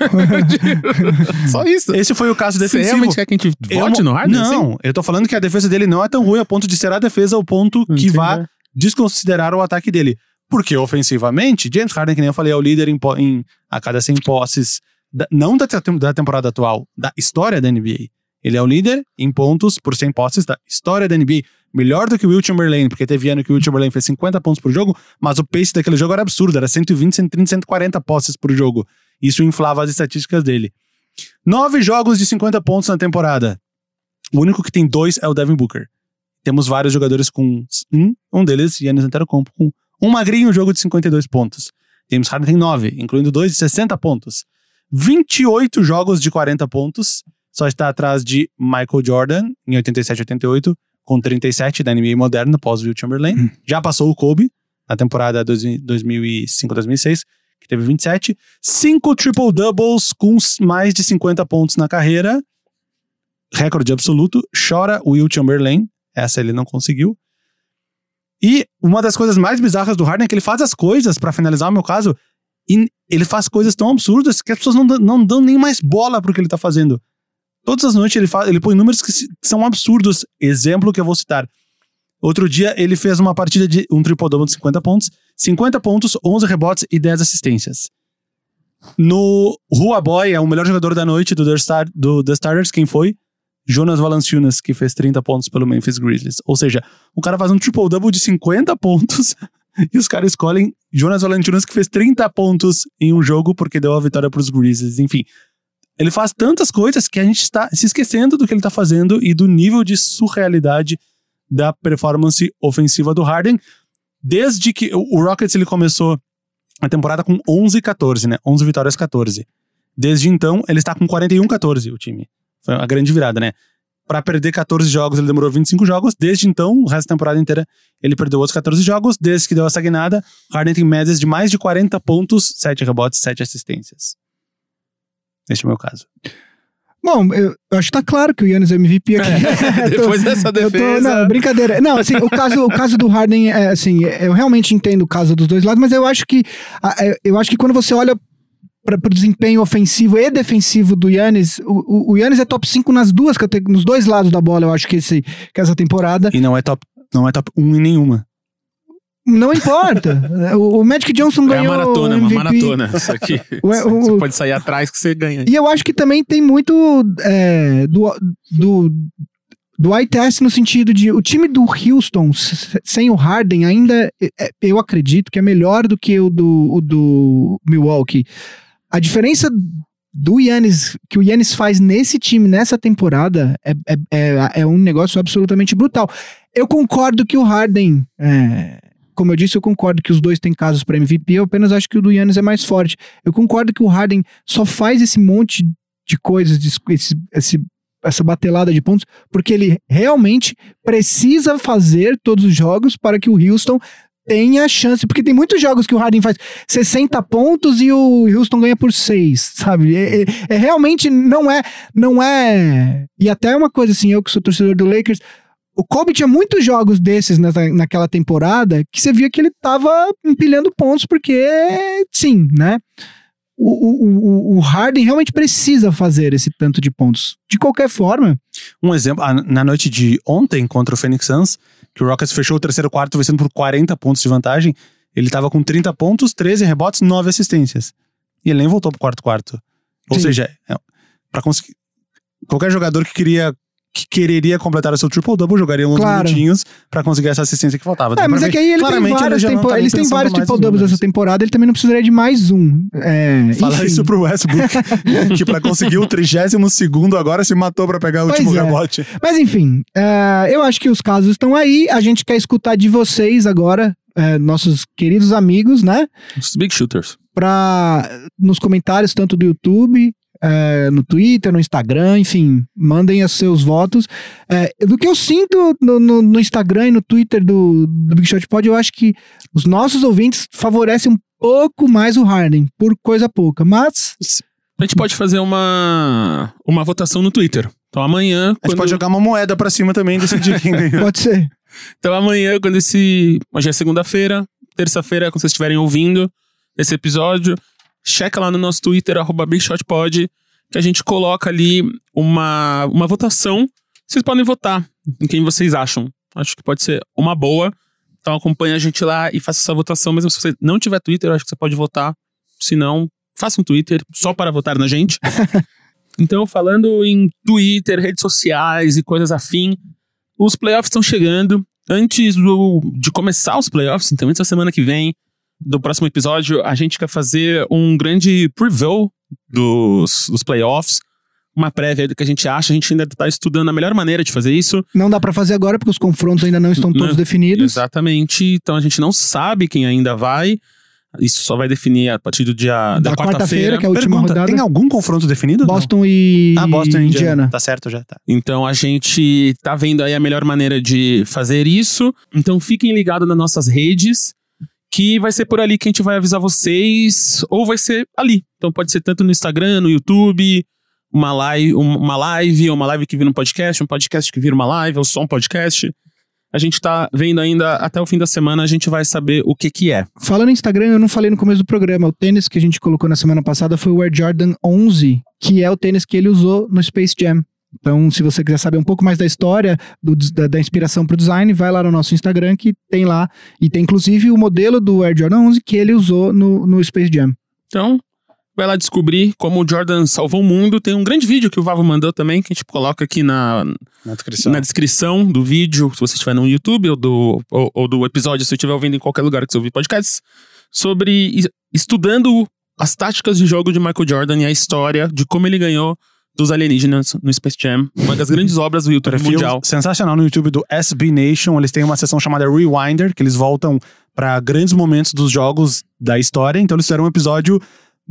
Só isso. Esse foi o caso defensivo. Você realmente quer que a gente vote no Harden? Não, assim? eu tô falando que a defesa dele não é tão ruim a ponto de ser a defesa ao ponto que vá desconsiderar o ataque dele. Porque ofensivamente, James Harden, que nem eu falei, é o líder a cada 100 posses, não da temporada atual, da história da NBA. Ele é o líder em pontos por 100 posses da história da NBA. Melhor do que o Will Chamberlain, porque teve ano que o Will Chamberlain fez 50 pontos por jogo, mas o pace daquele jogo era absurdo, era 120, 130, 140 posses por jogo. Isso inflava as estatísticas dele. 9 jogos de 50 pontos na temporada. O único que tem 2 é o Devin Booker. Temos vários jogadores com um deles, Giannis Antetokounmpo, com um magrinho jogo de 52 pontos. James Harden tem 9, incluindo 2 de 60 pontos. 28 jogos de 40 pontos, só está atrás de Michael Jordan, em 87 e 88, com 37 da NBA moderna, pós Will Chamberlain. Já passou o Kobe, na temporada 2005-2006, que teve 27. 5 triple-doubles com mais de 50 pontos na carreira. Recorde absoluto. Chora Will Chamberlain. Essa ele não conseguiu. E uma das coisas mais bizarras do Harden é que ele faz as coisas, pra finalizar o meu caso, e ele faz coisas tão absurdas que as pessoas não dão nem mais bola pro que ele tá fazendo. Todas as noites ele põe números que são absurdos. Exemplo que eu vou citar. Outro dia ele fez uma partida de um triple-double de 50 pontos, 11 rebotes e 10 assistências. No Rua Boy, é o melhor jogador da noite do The Starters, quem foi? Jonas Valanciunas, que fez 30 pontos pelo Memphis Grizzlies. Ou seja, o cara faz um triple-double de 50 pontos e os caras escolhem Jonas Valanciunas, que fez 30 pontos em um jogo porque deu a vitória pros Grizzlies. Enfim, ele faz tantas coisas que a gente está se esquecendo do que ele tá fazendo e do nível de surrealidade da performance ofensiva do Harden. Desde que o Rockets ele começou a temporada com 11-14, né? 11 vitórias, 14. Desde então, ele está com 41-14, o time. Foi uma grande virada, né? Pra perder 14 jogos, ele demorou 25 jogos. Desde então, o resto da temporada inteira, ele perdeu outros 14 jogos. Desde que deu essa guinada, Harden tem médias de mais de 40 pontos, 7 rebotes, 7 assistências. Este é o meu caso. Bom, eu acho que tá claro que o Giannis é MVP aqui. Depois dessa defesa... Não, brincadeira. Não, assim, o caso do Harden, assim, eu realmente entendo o caso dos dois lados, mas eu acho que quando você olha para o desempenho ofensivo e defensivo do Giannis, o Giannis é top 5 nos dois lados da bola, eu acho que essa temporada. E não é top 1 em nenhuma. Não importa. O Magic Johnson ganhou uma maratona, MVP. Uma maratona. Isso aqui. Você pode sair atrás que você ganha. E eu acho que também tem muito do eye test no sentido de o time do Houston sem o Harden ainda, eu acredito que é melhor do que o do Milwaukee. A diferença do Giannis, que o Giannis faz nesse time, nessa temporada, é um negócio absolutamente brutal. Eu concordo que o Harden... Como eu disse, eu concordo que os dois têm casos para MVP, eu apenas acho que o do Giannis é mais forte. Eu concordo que o Harden só faz esse monte de coisas, essa batelada de pontos, porque ele realmente precisa fazer todos os jogos para que o Houston tenha chance. Porque tem muitos jogos que o Harden faz 60 pontos e o Houston ganha por 6, sabe? Realmente não é... E até uma coisa assim, eu que sou torcedor do Lakers... O Kobe tinha muitos jogos desses naquela temporada que você via que ele tava empilhando pontos porque, sim, né? O Harden realmente precisa fazer esse tanto de pontos. De qualquer forma... Um exemplo, na noite de ontem contra o Phoenix Suns, que o Rockets fechou o terceiro quarto vencendo por 40 pontos de vantagem, ele tava com 30 pontos, 13 rebotes, 9 assistências. E ele nem voltou pro quarto. Ou Sim. seja, pra conseguir... Qualquer jogador que quereria completar o seu triple-double, jogaria uns minutinhos pra conseguir essa assistência que faltava. Mas é que aí eles têm vários triple-doubles essa temporada, ele também não precisaria de mais um. Fala enfim. isso pro Westbrook, que pra conseguir o 32º agora se matou pra pegar o último rebote. Mas enfim, eu acho que os casos estão aí, a gente quer escutar de vocês agora, nossos queridos amigos, né? Os big shooters. Nos comentários, tanto do YouTube... no Twitter, no Instagram, enfim, mandem os seus votos. Do que eu sinto no Instagram e no Twitter do Big Shot Pod, eu acho que os nossos ouvintes favorecem um pouco mais o Harden, por coisa pouca, mas... A gente pode fazer uma votação no Twitter. Então amanhã... A gente pode jogar uma moeda pra cima também e decidir quem ganhou. Pode ser. Então amanhã, hoje é segunda-feira, terça-feira, quando vocês estiverem ouvindo esse episódio... checa lá no nosso Twitter, @BigShotPod, que a gente coloca ali uma votação. Vocês podem votar em quem vocês acham. Acho que pode ser uma boa. Então acompanha a gente lá e faça essa votação. Mesmo se você não tiver Twitter, eu acho que você pode votar. Se não, faça um Twitter só para votar na gente. Então, falando em Twitter, redes sociais e coisas afim, os playoffs estão chegando. Antes de começar os playoffs, então antes da semana que vem, do próximo episódio, a gente quer fazer um grande preview dos playoffs. Uma prévia do que a gente acha. A gente ainda está estudando a melhor maneira de fazer isso. Não dá pra fazer agora, porque os confrontos ainda não estão todos definidos. Exatamente. Então a gente não sabe quem ainda vai. Isso só vai definir a partir do dia da quarta-feira, que é a última rodada. Tem algum confronto definido? Boston e Boston e Indiana. Tá certo já, tá. Então a gente tá vendo aí a melhor maneira de fazer isso. Então fiquem ligados nas nossas redes, que vai ser por ali que a gente vai avisar vocês, ou vai ser ali. Então pode ser tanto no Instagram, no YouTube, uma live, ou uma live que vira um podcast que vira uma live, ou só um podcast. A gente tá vendo ainda, até o fim da semana, a gente vai saber o que é. Falando em Instagram, eu não falei no começo do programa, o tênis que a gente colocou na semana passada foi o Air Jordan 11, que é o tênis que ele usou no Space Jam. Então, se você quiser saber um pouco mais da história, da inspiração pro design, vai lá no nosso Instagram, que tem lá, e tem inclusive o modelo do Air Jordan 11 que ele usou no Space Jam. Então, vai lá descobrir como o Jordan salvou o mundo. Tem um grande vídeo que o Vavo mandou também, que a gente coloca aqui na descrição do vídeo, se você estiver no YouTube, ou do episódio, se você estiver ouvindo em qualquer lugar que você ouvir podcasts, sobre estudando as táticas de jogo de Michael Jordan e a história de como ele ganhou dos alienígenas no Space Jam. Uma das grandes obras do YouTube mundial. Sensacional no YouTube do SB Nation. Eles têm uma seção chamada Rewinder, que eles voltam para grandes momentos dos jogos da história. Então eles fizeram um episódio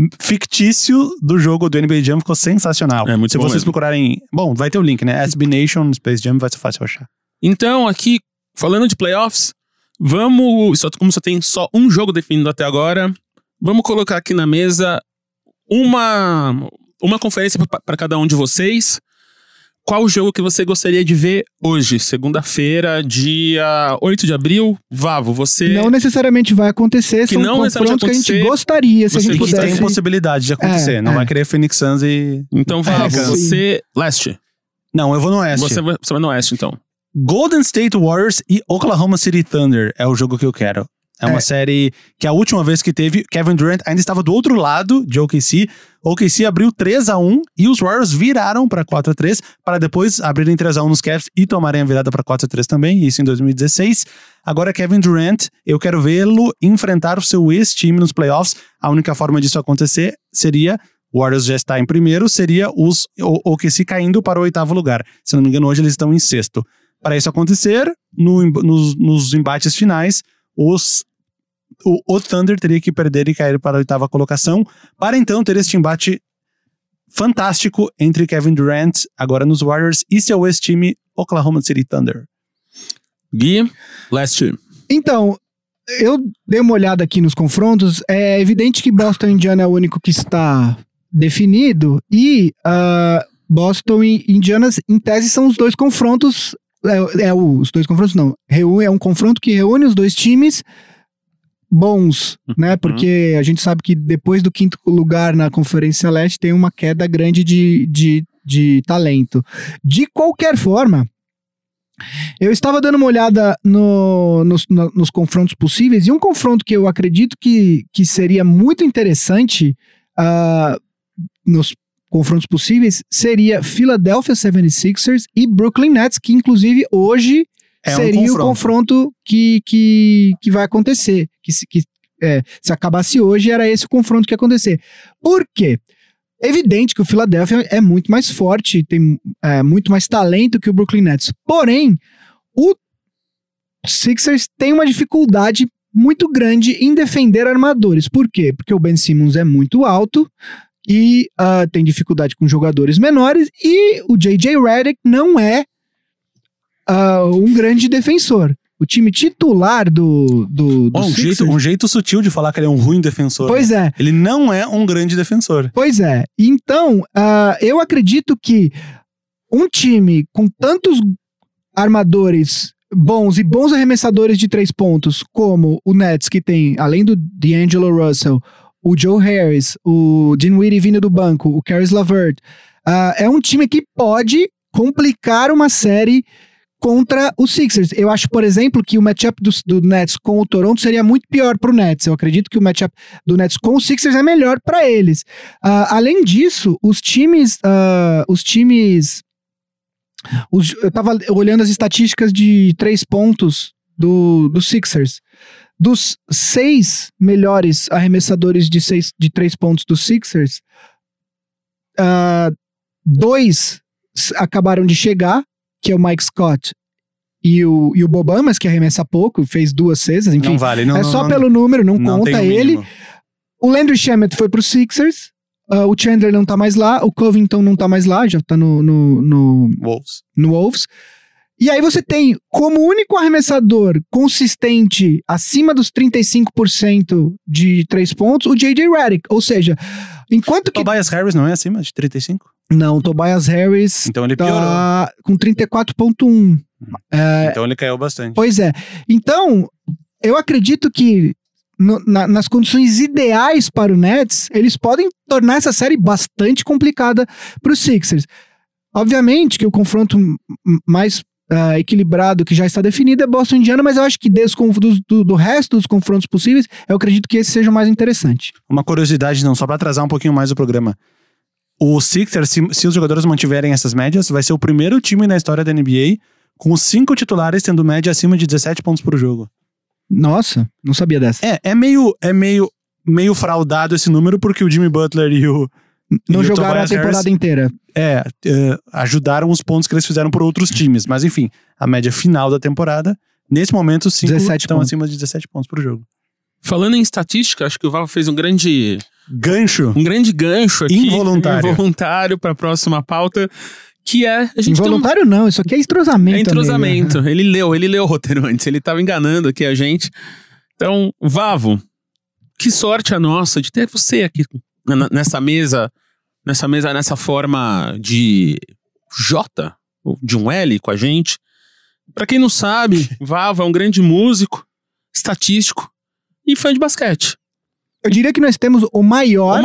fictício do jogo do NBA Jam, ficou sensacional. É muito Se bom vocês mesmo. procurarem... Bom, vai ter o link, né? SB Nation, Space Jam, vai ser fácil achar. Então, aqui, falando de playoffs, como só tem só um jogo definido até agora, vamos colocar aqui na mesa uma conferência para cada um de vocês. Qual o jogo que você gostaria de ver hoje, segunda-feira, dia 8 de abril? Vavo, você... Não necessariamente vai acontecer, Que são não necessariamente confrontos que a gente acontecer, gostaria, se a você gente que pudesse. Tem possibilidade de acontecer. Não vai querer Phoenix Suns e... Então, Vavo, sim. você... Leste. Não, eu vou no Oeste. Você vai no Oeste, então. Golden State Warriors e Oklahoma City Thunder é o jogo que eu quero. É uma série que a última vez que teve, Kevin Durant ainda estava do outro lado de OKC. OKC abriu 3-1 e os Warriors viraram para 4-3 para depois abrirem 3-1 nos Cavs e tomarem a virada para 4-3 também, isso em 2016. Agora Kevin Durant, eu quero vê-lo enfrentar o seu ex-time nos playoffs. A única forma disso acontecer seria o Warriors já está em primeiro, seria o OKC caindo para o 8º lugar. Se não me engano, hoje eles estão em 6º. Para isso acontecer, nos embates finais, o Thunder teria que perder e cair para a 8ª colocação, para então ter este embate fantástico entre Kevin Durant, agora nos Warriors, e seu ex-time Oklahoma City Thunder. Gui, Leste. Então, eu dei uma olhada aqui nos confrontos, é evidente que Boston e Indiana é o único que está definido, e Boston e Indiana, em tese, são os dois confrontos, os dois confrontos não, é um confronto que reúne os dois times bons, né? Porque a gente sabe que depois do 5º lugar na Conferência Leste tem uma queda grande de talento. De qualquer forma, eu estava dando uma olhada nos confrontos possíveis, e um confronto que eu acredito que seria muito interessante nos confrontos possíveis seria Philadelphia 76ers e Brooklyn Nets, que inclusive hoje seria o confronto que vai acontecer. Se acabasse hoje, era esse o confronto que ia acontecer. Por quê? É evidente que o Philadelphia é muito mais forte, tem muito mais talento que o Brooklyn Nets. Porém, o Sixers tem uma dificuldade muito grande em defender armadores. Por quê? Porque o Ben Simmons é muito alto e tem dificuldade com jogadores menores, e o J.J. Redick não é um grande defensor. O time titular do Sixers... Um jeito sutil de falar que ele é um ruim defensor. Pois é. Ele não é um grande defensor. Pois é. Então, eu acredito que um time com tantos armadores bons e bons arremessadores de 3 pontos, como o Nets, que tem, além do D'Angelo Russell, o Joe Harris, o Dinwiddie vindo do banco, o Caris LeVert. É um time que pode complicar uma série contra os Sixers. Eu acho, por exemplo, que o matchup do Nets com o Toronto seria muito pior pro Nets. Eu acredito que o matchup do Nets com os Sixers é melhor para eles. Além disso, eu tava olhando as estatísticas de 3 pontos do Sixers. Dos 6 melhores arremessadores de 3 pontos dos Sixers, 2 acabaram de chegar, que é o Mike Scott e o Boban, mas que arremessa pouco, fez 2 cestas, enfim. Não vale, não. É só pelo número, não conta ele. Mínimo. O Landry Shamet foi pro Sixers, o Chandler não tá mais lá, o Covington não tá mais lá, já tá no Wolves. E aí você tem, como único arremessador consistente acima dos 35% de 3 pontos, o J.J. Redick. Ou seja, enquanto que... Tobias Harris não é acima de 35%? Não, o Tobias Harris então ele piorou. Tá com 34,1%. Então ele caiu bastante. Pois é. Então, eu acredito que nas condições ideais para o Nets, eles podem tornar essa série bastante complicada para os Sixers. Obviamente que o confronto mais equilibrado que já está definido é Boston e Indiana, mas eu acho que do resto dos confrontos possíveis, eu acredito que esse seja o mais interessante. Uma curiosidade, não, só para atrasar um pouquinho mais o programa. O Sixers, se os jogadores mantiverem essas médias, vai ser o primeiro time na história da NBA com os 5 titulares tendo média acima de 17 pontos por jogo. Nossa, não sabia dessa. É meio fraudado esse número, porque o Jimmy Butler e o não jogaram a temporada inteira. Ajudaram os pontos que eles fizeram por outros times. Mas enfim, a média final da temporada, nesse momento, os 5 estão acima de 17 pontos por jogo. Falando em estatística, acho que o Vavo fez um grande gancho aqui. Involuntário para a próxima pauta, que é... Involuntário não, isso aqui é entrosamento. É entrosamento. Ele leu o roteiro antes, ele estava enganando aqui a gente. Então, Vavo, que sorte a nossa de ter você aqui nessa mesa, nessa forma de J, ou de um L com a gente. Pra quem não sabe, Vavo é um grande músico, estatístico e fã de basquete. Eu diria que nós temos o maior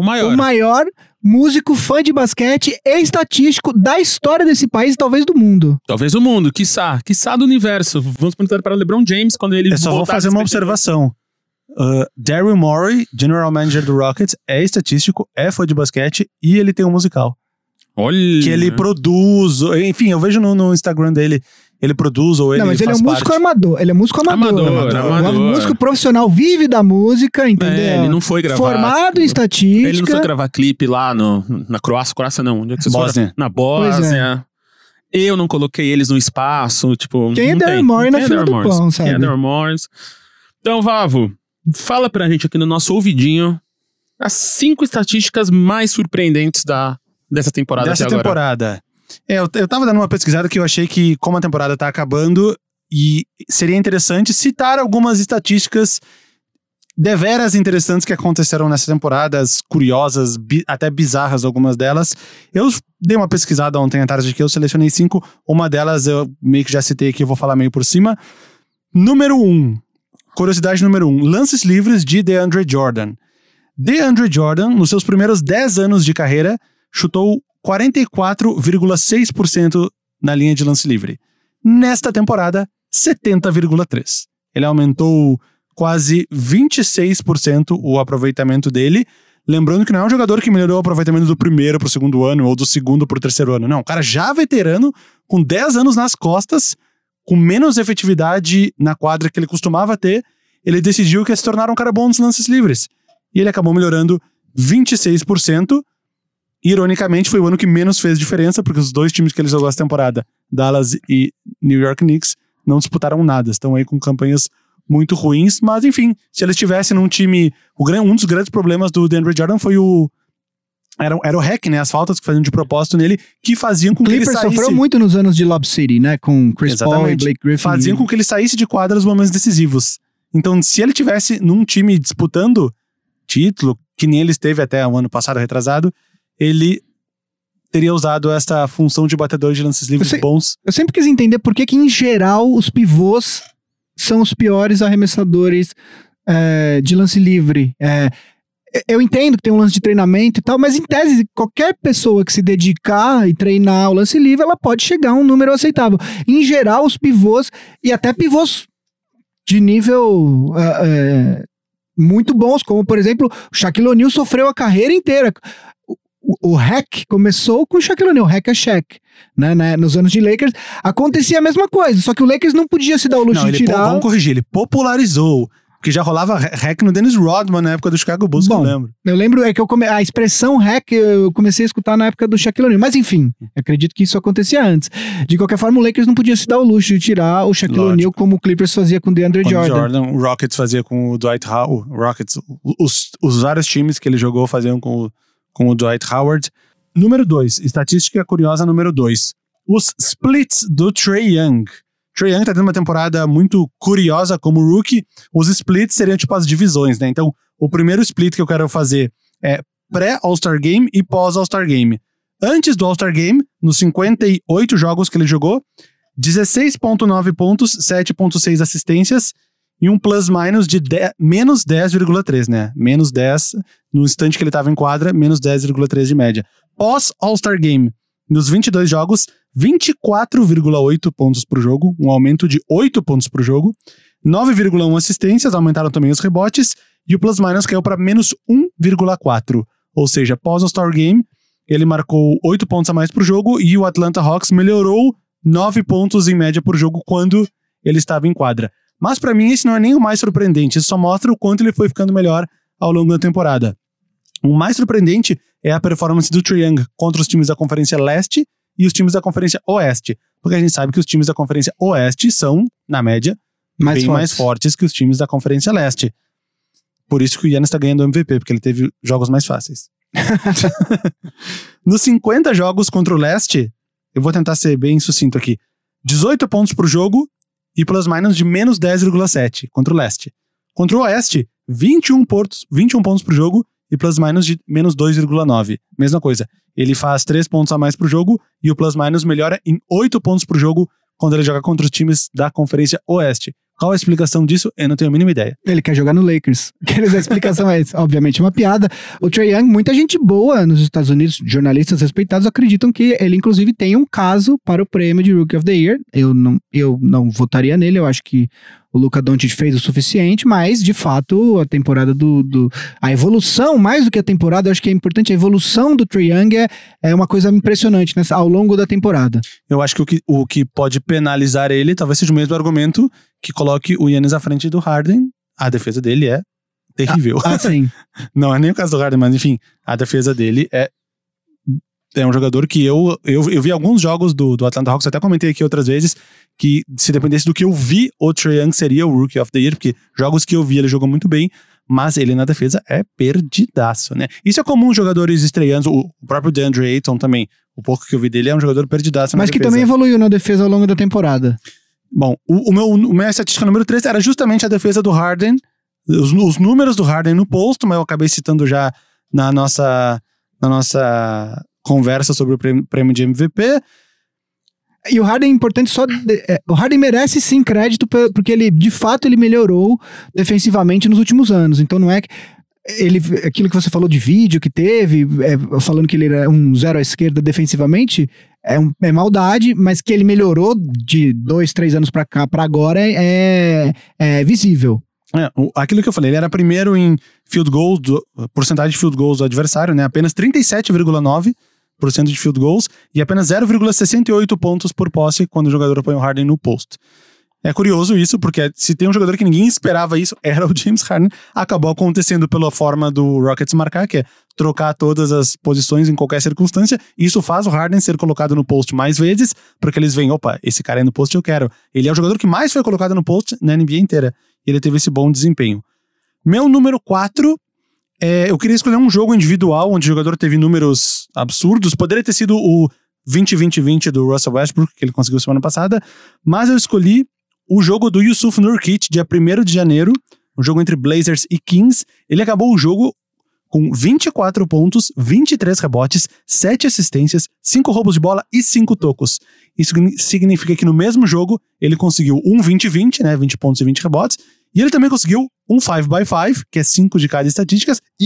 músico, fã de basquete e estatístico da história desse país e talvez do mundo. Talvez do mundo, quiçá do universo. Vamos perguntar para o LeBron James quando ele... Eu só vou fazer uma observação. Daryl Morey, General Manager do Rockets, é estatístico, é fã de basquete e ele tem um musical. Olha! Que ele produz, enfim, eu vejo no Instagram dele, ele produz ou ele faz parte. Não, mas ele é um músico amador. Ele é músico amador. Um músico profissional, vive da música, entendeu? Ele não foi gravar. Formado em estatística. Ele não foi gravar clipe lá na Croácia. Croácia não, onde é que vocês foram? Na Bósnia. Eu não coloquei eles no espaço, tipo... Quem é Daryl Morey na fila do pão, sabe? Quem é Daryl Morey? Então, Vavo, fala pra gente aqui no nosso ouvidinho as 5 estatísticas mais surpreendentes dessa temporada até agora. Eu tava dando uma pesquisada que eu achei que, como a temporada tá acabando, e seria interessante citar algumas estatísticas deveras interessantes que aconteceram nessa temporada, as curiosas, até bizarras algumas delas. Eu dei uma pesquisada ontem à tarde que eu selecionei 5, uma delas eu meio que já citei aqui, eu vou falar meio por cima. Curiosidade número 1, lances livres de DeAndre Jordan. DeAndre Jordan, nos seus primeiros 10 anos de carreira, chutou 44,6% na linha de lance livre. Nesta temporada, 70,3%. Ele aumentou quase 26% o aproveitamento dele. Lembrando que não é um jogador que melhorou o aproveitamento do primeiro pro segundo ano ou do segundo pro terceiro ano. Não, o cara já veterano, com 10 anos nas costas, com menos efetividade na quadra que ele costumava ter, ele decidiu que ia se tornar um cara bom nos lances livres. E ele acabou melhorando 26%. Ironicamente, foi o ano que menos fez diferença, porque os 2 times que ele jogou essa temporada, Dallas e New York Knicks, não disputaram nada. Estão aí com campanhas muito ruins, mas enfim, se eles estivessem num time... Um dos grandes problemas do DeAndre Jordan foi era o hack, né? As faltas que faziam de propósito nele, que faziam com que ele saísse... sofreu muito nos anos de Lob City, né? Com Chris Paul e Blake Griffin. Faziam com que ele saísse de quadra nos momentos decisivos. Então, se ele tivesse num time disputando título, que nem ele esteve até o ano passado, retrasado, ele teria usado essa função de batedor de lances livres bons. Eu sempre quis entender por que em geral, os pivôs são os piores arremessadores de lance livre. Eu entendo que tem um lance de treinamento e tal, mas em tese, qualquer pessoa que se dedicar e treinar o lance livre, ela pode chegar a um número aceitável. Em geral, os pivôs, e até pivôs de nível muito bons, como por exemplo, o Shaquille O'Neal sofreu a carreira inteira. O hack começou com o Shaquille O'Neal, o hack é Shaq, né? Nos anos de Lakers, acontecia a mesma coisa, só que o Lakers não podia se dar o luxo de tirar... Vamos corrigir, ele popularizou, porque já rolava hack no Dennis Rodman na época do Chicago Bulls, que eu lembro. Eu lembro que a expressão hack eu comecei a escutar na época do Shaquille O'Neal, mas enfim, acredito que isso acontecia antes. De qualquer forma, o Lakers não podia se dar o luxo de tirar o Shaquille O'Neal como o Clippers fazia com o DeAndre Jordan. O Rockets fazia com o Dwight Howard, os vários times que ele jogou faziam com o Dwight Howard. Número 2, estatística curiosa número 2. Os splits do Trae Young. Trae Young tá tendo uma temporada muito curiosa como rookie. Os splits seriam tipo as divisões, né? Então, o primeiro split que eu quero fazer é pré-All-Star Game e pós-All-Star Game. Antes do All-Star Game, nos 58 jogos que ele jogou, 16.9 pontos, 7.6 assistências e um plus-minus de menos 10,3, né? Menos 10 no instante que ele estava em quadra, menos 10,3 de média. Pós-All-Star Game, nos 22 jogos, 24,8 pontos por jogo, um aumento de 8 pontos por jogo, 9,1 assistências, aumentaram também os rebotes, e o plus-minus caiu para menos 1,4. Ou seja, pós-All-Star Game, ele marcou 8 pontos a mais por jogo, e o Atlanta Hawks melhorou 9 pontos em média por jogo quando ele estava em quadra. Mas para mim esse não é nem o mais surpreendente, isso só mostra o quanto ele foi ficando melhor ao longo da temporada. O mais surpreendente é a performance do Trae Young contra os times da Conferência Leste e os times da Conferência Oeste, porque a gente sabe que os times da Conferência Oeste são, na média, mais fortes que os times da Conferência Leste. Por isso que o Giannis está ganhando o MVP, porque ele teve jogos mais fáceis. Nos 50 jogos contra o Leste, eu vou tentar ser bem sucinto aqui, 18 pontos por jogo e plus-minus de menos 10,7 contra o Leste. Contra o Oeste, 21 pontos por jogo e plus-minus de menos 2,9. Mesma coisa, ele faz 3 pontos a mais por jogo e o plus-minus melhora em 8 pontos por jogo quando ele joga contra os times da Conferência Oeste. Qual a explicação disso? Eu não tenho a mínima ideia. Ele quer jogar no Lakers. A explicação é essa. Obviamente uma piada. O Trae Young, muita gente boa nos Estados Unidos, jornalistas respeitados, acreditam que ele inclusive tem um caso para o prêmio de Rookie of the Year. Eu não votaria nele, eu acho que o Luka Doncic fez o suficiente, mas de fato a temporada a evolução, mais do que a temporada, eu acho que é importante, a evolução do Trae Young é uma coisa impressionante, né, ao longo da temporada. Eu acho que o que pode penalizar ele talvez seja o mesmo argumento que coloque o Giannis à frente do Harden. A defesa dele é terrível. Sim. Não é nem o caso do Harden, mas enfim, a defesa dele é um jogador que eu vi alguns jogos do Atlanta Hawks, até comentei aqui outras vezes, que se dependesse do que eu vi, o Trae Young seria o Rookie of the Year, porque jogos que eu vi ele jogou muito bem, mas ele na defesa é perdidaço, né? Isso é comum jogadores estreantes, o próprio DeAndre Ayton também, o pouco que eu vi dele é um jogador perdidaço na defesa. Mas que também evoluiu na defesa ao longo da temporada. Bom, o minha estatística número 3 era justamente a defesa do Harden, os números do Harden no posto, mas eu acabei citando já na nossa conversa sobre o prêmio de MVP. E o Harden é importante o Harden merece sim crédito porque ele, de fato, ele melhorou defensivamente nos últimos anos. Então não é que aquilo que você falou de vídeo que teve, falando que ele era um zero à esquerda defensivamente, é maldade, mas que ele melhorou de 2-3 anos pra cá, pra agora, é visível. Aquilo que eu falei, ele era primeiro em field goals, porcentagem de field goals do adversário, né? Apenas 37,9% de field goals e apenas 0,68 pontos por posse quando o jogador põe o Harden no post. É curioso isso, porque se tem um jogador que ninguém esperava isso, era o James Harden. Acabou acontecendo pela forma do Rockets marcar, que é trocar todas as posições em qualquer circunstância. Isso faz o Harden ser colocado no post mais vezes, porque eles veem, opa, esse cara é no post, eu quero. Ele é o jogador que mais foi colocado no post na NBA inteira. E ele teve esse bom desempenho. Meu número 4, eu queria escolher um jogo individual, onde o jogador teve números absurdos. Poderia ter sido o 20-20-20 do Russell Westbrook, que ele conseguiu semana passada, mas eu escolhi o jogo do Yusuf Nurkic, dia 1º de janeiro, um jogo entre Blazers e Kings. Ele acabou o jogo com 24 pontos, 23 rebotes, 7 assistências, 5 roubos de bola e 5 tocos. Isso significa que no mesmo jogo ele conseguiu um 20-20, né, 20 pontos e 20 rebotes, e ele também conseguiu um 5x5, que é 5 de cada estatísticas, e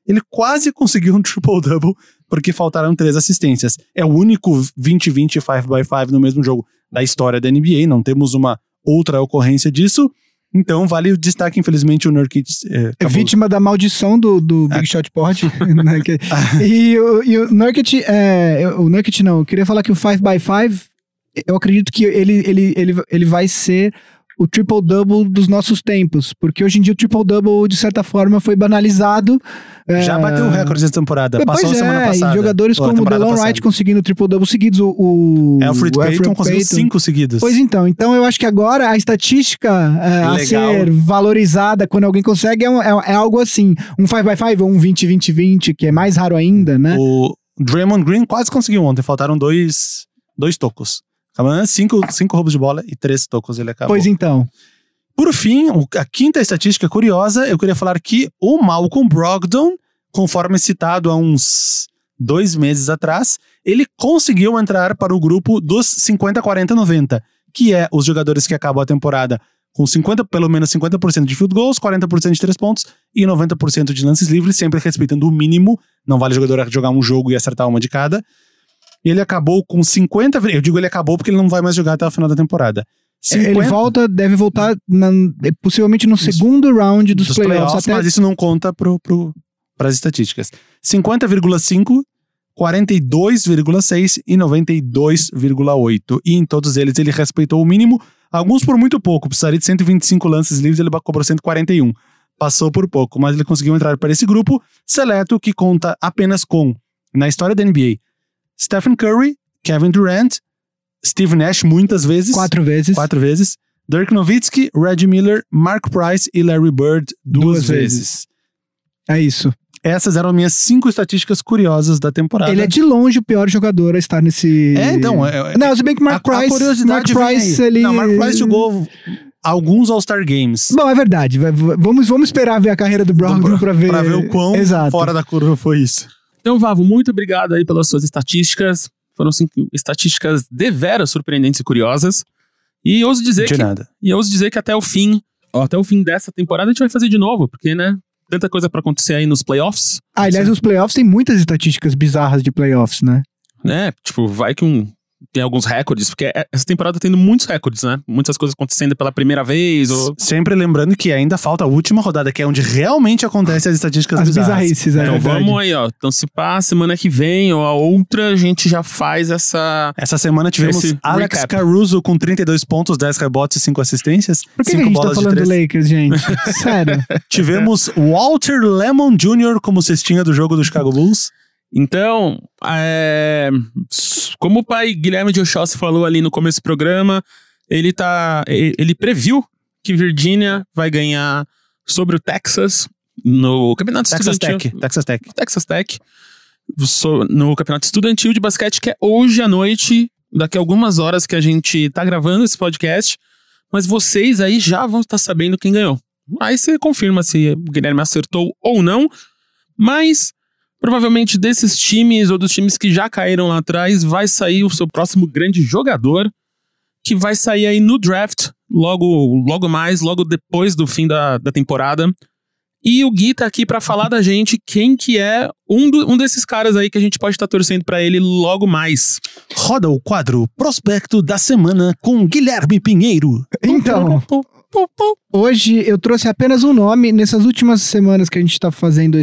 ele quase conseguiu um triple-double, porque faltaram 3 assistências. É o único 20-20 5x5 no mesmo jogo da história da NBA, não temos uma outra ocorrência disso. Então, vale o destaque, infelizmente, o Nurkic... É vítima da maldição do Big Shot Pod. E o Nurkic... o Nurkic não, eu queria falar que o 5x5, eu acredito que ele vai ser o triple-double dos nossos tempos. Porque hoje em dia o triple-double, de certa forma, foi banalizado. Já bateu o recorde dessa temporada. Passou a semana passada. E jogadores como o Delon Wright conseguindo triple-double seguidos. O Alfred Payton conseguiu 5 seguidos. Pois então eu acho que agora a estatística a ser valorizada quando alguém consegue é algo assim. Um 5x5 ou um 20-20-20, que é mais raro ainda, né? O Draymond Green quase conseguiu ontem. Faltaram 2 tocos. 5 roubos de bola e 3 tocos ele acabou. Pois então. Por fim, a quinta estatística curiosa, eu queria falar que o Malcolm Brogdon, conforme citado há uns 2 meses atrás, ele conseguiu entrar para o grupo dos 50-40-90, que é os jogadores que acabam a temporada com pelo menos 50% de field goals, 40% de 3 pontos e 90% de lances livres, sempre respeitando o mínimo. Não vale o jogador jogar um jogo e acertar uma de cada. Ele acabou com 50... Eu digo ele acabou porque ele não vai mais jogar até o final da temporada. 50... Ele deve voltar possivelmente no segundo round dos playoffs. Mas isso não conta para as estatísticas. 50,5, 42,6 e 92,8. E em todos eles ele respeitou o mínimo, alguns por muito pouco. Precisaria de 125 lances livres, ele cobrou 141. Passou por pouco, mas ele conseguiu entrar para esse grupo seleto que conta apenas com, na história da NBA, Stephen Curry, Kevin Durant, Steve Nash muitas vezes. 4 vezes. Dirk Nowitzki, Reggie Miller, Mark Price e Larry Bird 2 vezes. É isso. Essas eram minhas 5 estatísticas curiosas da temporada. Ele é de longe o pior jogador a estar nesse... Não, se bem que Mark Price... A curiosidade Mark Price jogou alguns All-Star Games. Bom, é verdade. Vamos esperar ver a carreira do Brogdon pra ver o quão fora da curva foi isso. Então, Vavo, muito obrigado aí pelas suas estatísticas. Foram 5 estatísticas deveras surpreendentes e curiosas. E ouso dizer que até o fim dessa temporada a gente vai fazer de novo, porque, né, tanta coisa pra acontecer aí nos playoffs. Aliás, os playoffs tem muitas estatísticas bizarras de playoffs, né? Tipo, vai que tem alguns recordes, porque essa temporada tá tendo muitos recordes, né? Muitas coisas acontecendo pela primeira vez. Sempre lembrando que ainda falta a última rodada, que é onde realmente acontecem as estatísticas bizarrices. Então vamos aí, ó. Então se pá, semana que vem ou a outra, a gente já faz essa... Essa semana tivemos Alex recap. Caruso com 32 pontos, 10 rebotes e 5 assistências. Por que a gente tá falando do Lakers, gente? Sério. Tivemos Walter Lemon Jr. como cestinha do jogo do Chicago Bulls. Então, como o pai Guilherme de Oxóssi falou ali no começo do programa, ele previu que Virginia vai ganhar sobre o Texas no campeonato estudantil. Texas Tech. No campeonato estudantil de basquete, que é hoje à noite, daqui a algumas horas que a gente tá gravando esse podcast, mas vocês aí já vão estar sabendo quem ganhou. Aí você confirma se o Guilherme acertou ou não, mas... provavelmente desses times ou dos times que já caíram lá atrás, vai sair o seu próximo grande jogador, que vai sair aí no draft, logo depois do fim da temporada. E o Gui tá aqui pra falar da gente quem que é um desses caras aí que a gente pode estar torcendo pra ele logo mais. Roda o quadro Prospecto da Semana com Guilherme Pinheiro. Então... hoje eu trouxe apenas um nome. Nessas últimas semanas que a gente tá fazendo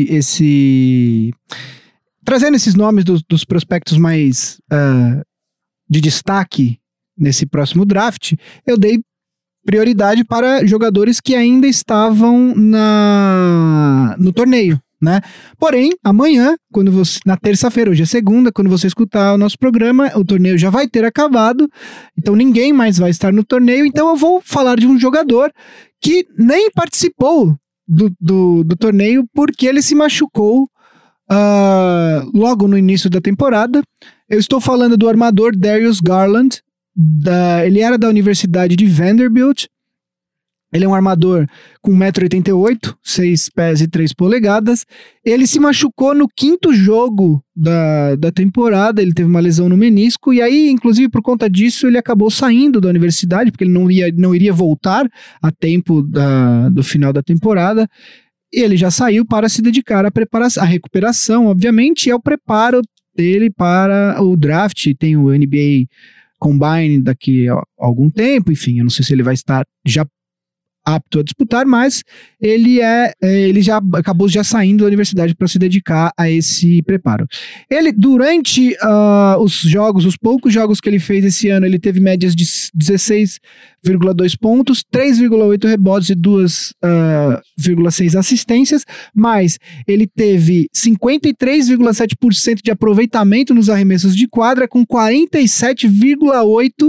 trazendo esses nomes dos prospectos mais de destaque nesse próximo draft, eu dei prioridade para jogadores que ainda estavam no torneio, né? Porém, amanhã, na terça-feira, hoje é segunda, quando você escutar o nosso programa, o torneio já vai ter acabado, então ninguém mais vai estar no torneio, então eu vou falar de um jogador que nem participou do torneio porque ele se machucou logo no início da temporada. Eu estou falando do armador Darius Garland. Ele era da Universidade de Vanderbilt. Ele é um armador com 1,88 m, 6 pés e 3 polegadas. Ele se machucou no 5º jogo da temporada. Ele teve uma lesão no menisco. E aí, inclusive, por conta disso, ele acabou saindo da universidade, porque ele não iria voltar a tempo do final da temporada. E ele já saiu para se dedicar à recuperação, obviamente, e ao preparo dele para o draft. Tem o NBA Combine daqui a algum tempo, enfim, eu não sei se ele vai estar já apto a disputar, mas ele já acabou saindo da universidade para se dedicar a esse preparo. Ele, durante os poucos jogos que ele fez esse ano, ele teve médias de 16,2 pontos, 3,8 rebotes e 2,6 assistências, mas ele teve 53,7% de aproveitamento nos arremessos de quadra, com 47,8%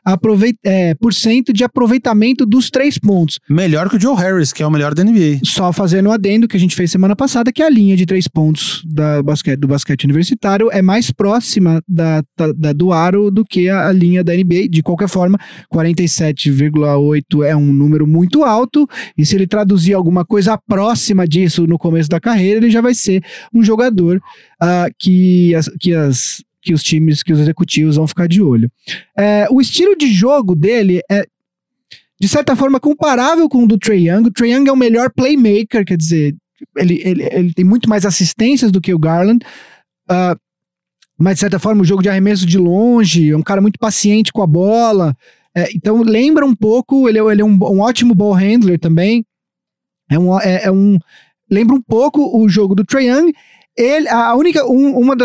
de aproveitamento dos 3 pontos. Melhor que o Joe Harris, que é o melhor da NBA. Só fazendo um adendo que a gente fez semana passada, que a linha de 3 pontos do basquete universitário é mais próxima do aro do que a linha da NBA. De qualquer forma, 47,8 é um número muito alto, e se ele traduzir alguma coisa próxima disso no começo da carreira, ele já vai ser um jogador que os times, que os executivos vão ficar de olho. O estilo de jogo dele é, de certa forma, comparável com o do Trae Young. O Trae Young é o melhor playmaker, quer dizer, ele tem muito mais assistências do que o Garland, mas de certa forma o jogo de arremesso de longe, é um cara muito paciente com a bola, então lembra um pouco, ele é um ótimo ball handler também, lembra um pouco o jogo do Trae Young. Uma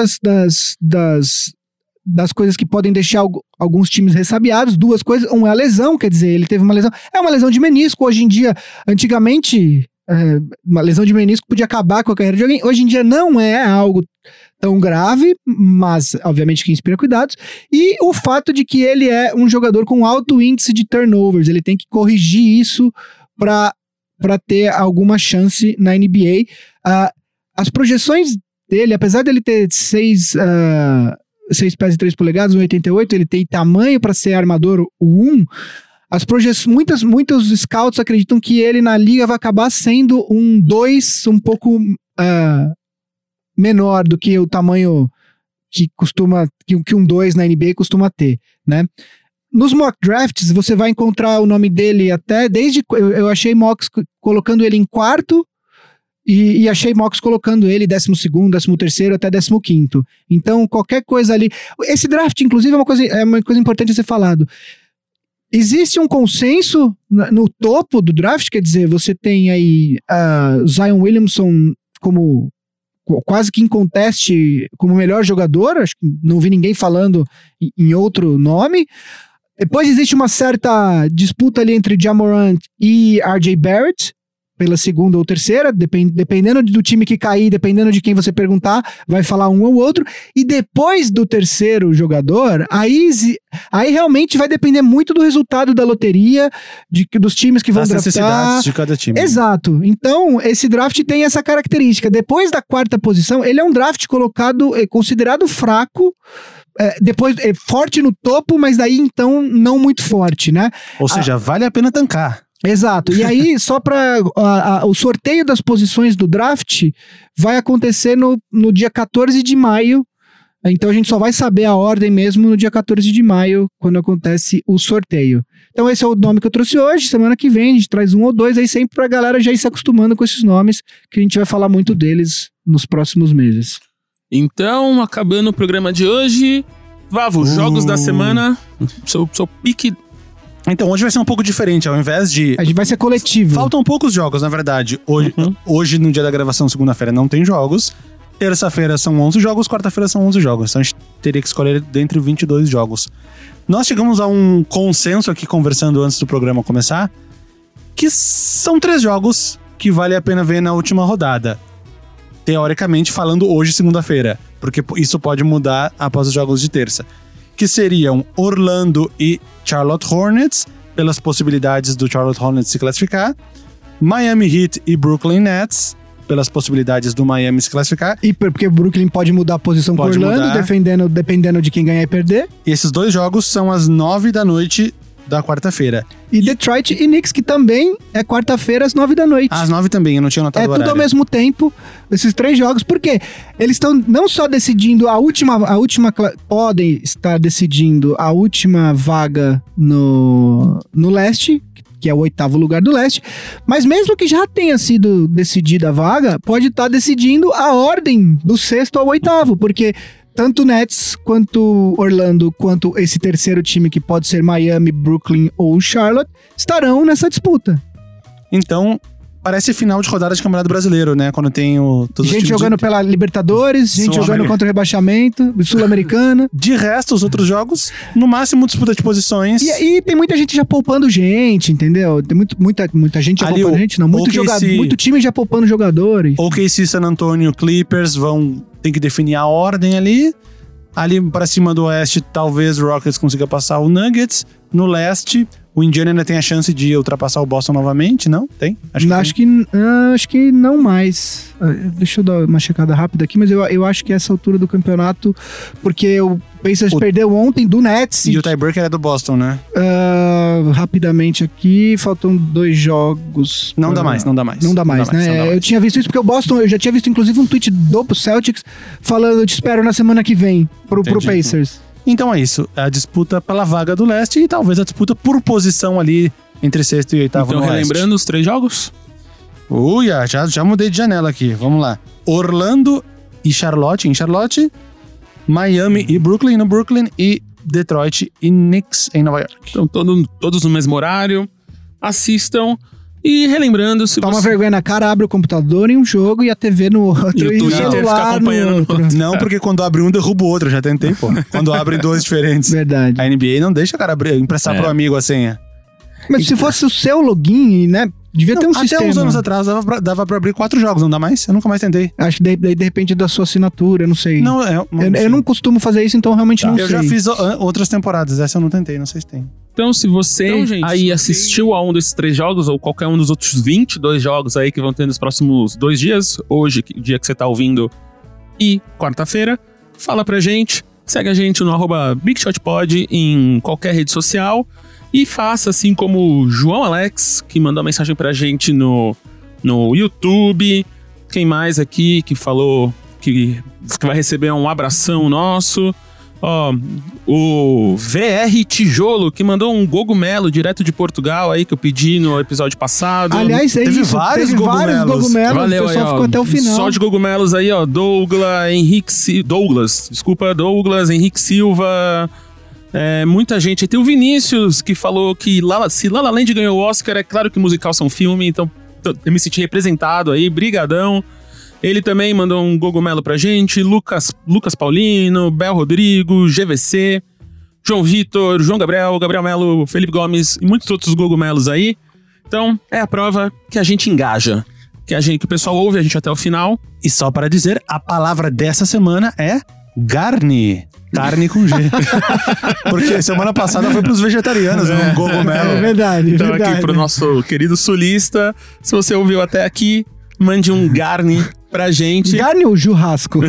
das coisas que podem deixar alguns times ressabiados, duas coisas. Um é a lesão, quer dizer, ele teve uma lesão. É uma lesão de menisco. Hoje em dia, antigamente, uma lesão de menisco podia acabar com a carreira de alguém. Hoje em dia não é algo tão grave, mas obviamente que inspira cuidados. E o fato de que ele é um jogador com alto índice de turnovers. Ele tem que corrigir isso para ter alguma chance na NBA. As projeções dele, apesar dele ter 6 pés e 3 polegadas, 1,88, ele tem tamanho para ser armador 1. As projeções, muitos scouts acreditam que ele na liga vai acabar sendo um 2 um pouco menor do que o tamanho que um 2 na NBA costuma ter, né? Nos mock drafts, você vai encontrar o nome dele até eu achei mocks colocando ele em quarto, e achei mocks colocando ele 12º, 13º, até 15º. Então, qualquer coisa ali... Esse draft, inclusive, é uma coisa importante a ser falado. Existe um consenso no topo do draft, quer dizer, você tem aí Zion Williamson como quase que em conteste como melhor jogador, acho que não vi ninguém falando em outro nome. Depois existe uma certa disputa ali entre Ja Morant e RJ Barrett, pela segunda ou terceira, dependendo do time que cair, dependendo de quem você perguntar, vai falar um ou outro. E depois do terceiro jogador, aí realmente vai depender muito do resultado da loteria, dos times que vão draftar. Das necessidades de cada time. Exato. Então, esse draft tem essa característica. Depois da quarta posição, ele é um draft considerado fraco, depois forte no topo, mas daí então não muito forte, né? Ou seja, vale a pena tancar. Exato, e aí só para o sorteio das posições do draft vai acontecer no dia 14 de maio, então a gente só vai saber a ordem mesmo no dia 14 de maio, quando acontece o sorteio. Então esse é o nome que eu trouxe hoje. Semana que vem a gente traz um ou dois aí, sempre pra galera já ir se acostumando com esses nomes, que a gente vai falar muito deles nos próximos meses. Então, acabando o programa de hoje, Vavo, jogos da semana, seu pique. Então, hoje vai ser um pouco diferente, ao invés de... A gente vai ser coletivo. Faltam poucos jogos, na verdade. Hoje, no dia da gravação, segunda-feira, não tem jogos. Terça-feira são 11 jogos, quarta-feira são 11 jogos. Então, a gente teria que escolher dentre 22 jogos. Nós chegamos a um consenso aqui, conversando antes do programa começar, que são 3 jogos que vale a pena ver na última rodada. Teoricamente, falando hoje, segunda-feira. Porque isso pode mudar após os jogos de terça. Que seriam Orlando e Charlotte Hornets, pelas possibilidades do Charlotte Hornets se classificar, Miami Heat e Brooklyn Nets, pelas possibilidades do Miami se classificar. E porque o Brooklyn pode mudar a posição com Orlando, dependendo de quem ganhar e perder. E esses 2 jogos são às 9 da noite da quarta-feira. E Detroit e Knicks, que também é quarta-feira às 9 da noite. Às 9 também, eu não tinha notado o horário. É tudo ao mesmo tempo, esses 3 jogos, porque eles estão não só decidindo podem estar decidindo a última vaga no leste, que é o 8º lugar do leste. Mas mesmo que já tenha sido decidida a vaga, pode estar decidindo a ordem do 6º ao 8º, porque tanto Nets, quanto Orlando, quanto esse terceiro time que pode ser Miami, Brooklyn ou Charlotte, estarão nessa disputa. Então, parece final de rodada de Campeonato Brasileiro, né? Quando tem todos gente os jogando pela Libertadores, gente jogando contra o rebaixamento, Sul-Americana. De resto, os outros jogos, no máximo disputa de posições. E tem muita gente já poupando gente, entendeu? Tem muita gente já Ali, poupando gente, não. Muito time já poupando jogadores. OKC, San Antonio, Clippers tem que definir a ordem ali. Ali pra cima do oeste, talvez o Rockets consiga passar o Nuggets. No leste, o Indiana ainda tem a chance de ultrapassar o Boston novamente, não? Tem? Acho que não mais. Deixa eu dar uma checada rápida aqui, mas eu acho que essa altura do campeonato, porque o Pacers perdeu ontem do Nets. E o tiebreaker é do Boston, né? Rapidamente aqui, faltam 2 jogos. Não dá mais, né? Eu tinha visto isso porque o Boston, eu já tinha visto inclusive um tweet do Celtics falando, eu te espero na semana que vem pro Pacers. Então é isso, a disputa pela vaga do leste e talvez a disputa por posição ali entre 6º e 8º então, no relembrando os 3 jogos? Já mudei de janela aqui, vamos lá. Orlando e Charlotte em Charlotte, Miami e Brooklyn no Brooklyn e Detroit e Knicks em Nova York. Então todos no mesmo horário, assistam. E relembrando, se Toma vergonha na cara, abre o computador em um jogo e a TV no outro. E o Twitter fica acompanhando no outro. Não, porque quando abre um, derruba o outro. Já tentei, pô. Quando abrem 2 diferentes. Verdade. A NBA não deixa o cara emprestar pro amigo a senha. Mas se fosse o seu login, né? Devia ter um sistema. Até uns anos atrás dava pra abrir 4 jogos, não dá mais? Eu nunca mais tentei. Acho que daí de repente da sua assinatura, eu não sei. Não, eu não costumo fazer isso, então realmente não sei. Eu já fiz outras temporadas, essa eu não tentei, não sei se tem. Então, se você aí assistiu a um desses 3 jogos, ou qualquer um dos outros 22 jogos aí que vão ter nos próximos 2 dias, hoje, dia que você tá ouvindo, e quarta-feira, fala pra gente, segue a gente no @BigShotPod em qualquer rede social, e faça assim como o João Alex, que mandou uma mensagem pra gente no YouTube, quem mais aqui que falou que vai receber um abração nosso... o VR Tijolo, que mandou um cogumelo direto de Portugal aí, que eu pedi no episódio passado. Aliás, teve vários cogumelos. Valeu, o pessoal ficou até o final. Só de cogumelos aí, Douglas, Henrique Silva, muita gente. Tem o Vinícius, que falou que se La La Land ganhou o Oscar, é claro que musical são filme, então eu me senti representado aí, brigadão. Ele também mandou um cogumelo pra gente, Lucas Paulino, Bel Rodrigo, GVC, João Vitor, João Gabriel Melo, Felipe Gomes e muitos outros cogumelos aí. Então, é a prova que a gente engaja, que o pessoal ouve a gente até o final. E só para dizer, a palavra dessa semana é Garni. Carne com G. Porque semana passada foi pros vegetarianos, um cogumelo. É verdade, então, aqui pro nosso querido sulista, se você ouviu até aqui, mande um Garni pra gente. Garni ou churrasco?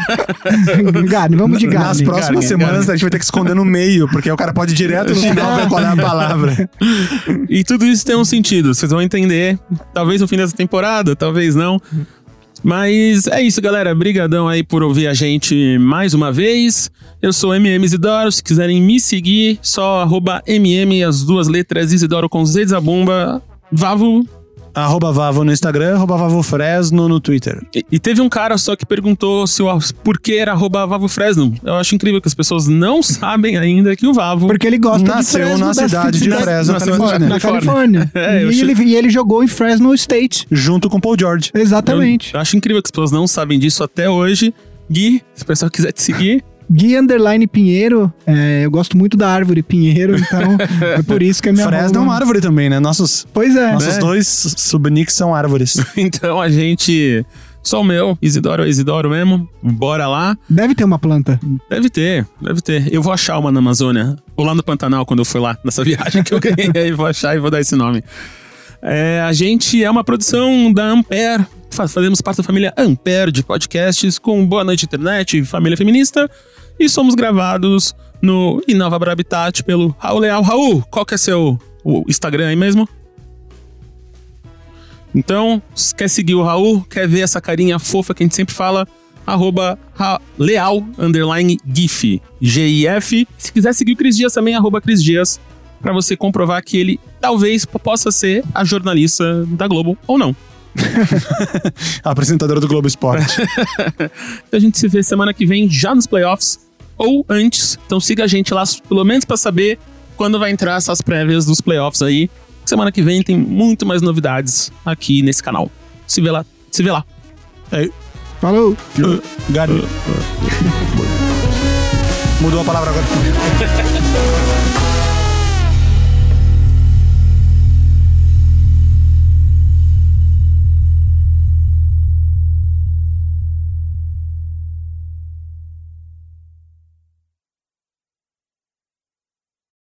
Garni, vamos de Garni. Nas próximas semanas a gente vai ter que esconder no meio, porque o cara pode ir direto no final pra colar a palavra. E tudo isso tem um sentido, vocês vão entender. Talvez no fim dessa temporada, talvez não. Mas é isso, galera. Brigadão aí por ouvir a gente mais uma vez. Eu sou MM Isidoro. Se quiserem me seguir, só @MM, as 2 letras, Isidoro com Z de Zabumba. Vavo. @Vavo no Instagram, @Vavo Fresno no Twitter. E teve um cara só que perguntou por que era @Vavo Fresno. Eu acho incrível que as pessoas não sabem ainda que o Vavo... Porque ele gosta nasceu de Fresno, na cidade de Fresno, na Califórnia. E ele jogou em Fresno State. Junto com Paul George. Exatamente. Eu acho incrível que as pessoas não sabem disso até hoje. Gui, se o pessoal quiser te seguir... Gui_Pinheiro, eu gosto muito da árvore Pinheiro, então é por isso que a minha Fresno é uma árvore também, né? Nossos 2 subnicks são árvores. Então a gente... Só o meu, Isidoro mesmo, bora lá. Deve ter uma planta. Deve ter. Eu vou achar uma na Amazônia, ou lá no Pantanal, quando eu fui lá, nessa viagem que eu ganhei, aí vou achar e vou dar esse nome. A gente é uma produção da Ampere, fazemos parte da família Ampere de podcasts com Boa Noite Internet, Família Feminista, e somos gravados no Inova Habitat pelo Raul Leal. Raul, qual que é o Instagram aí mesmo? Então, quer seguir o Raul, quer ver essa carinha fofa que a gente sempre fala, @Leal_GIF, GIF. Se quiser seguir o Cris Dias também, @Cris Dias. pra você comprovar que ele talvez possa ser a jornalista da Globo ou não. A apresentadora do Globo Esporte. Então a gente se vê semana que vem já nos playoffs ou antes. Então siga a gente lá, pelo menos pra saber quando vai entrar essas prévias dos playoffs aí. Semana que vem tem muito mais novidades aqui nesse canal. Se vê lá. Falou! Mudou a palavra agora.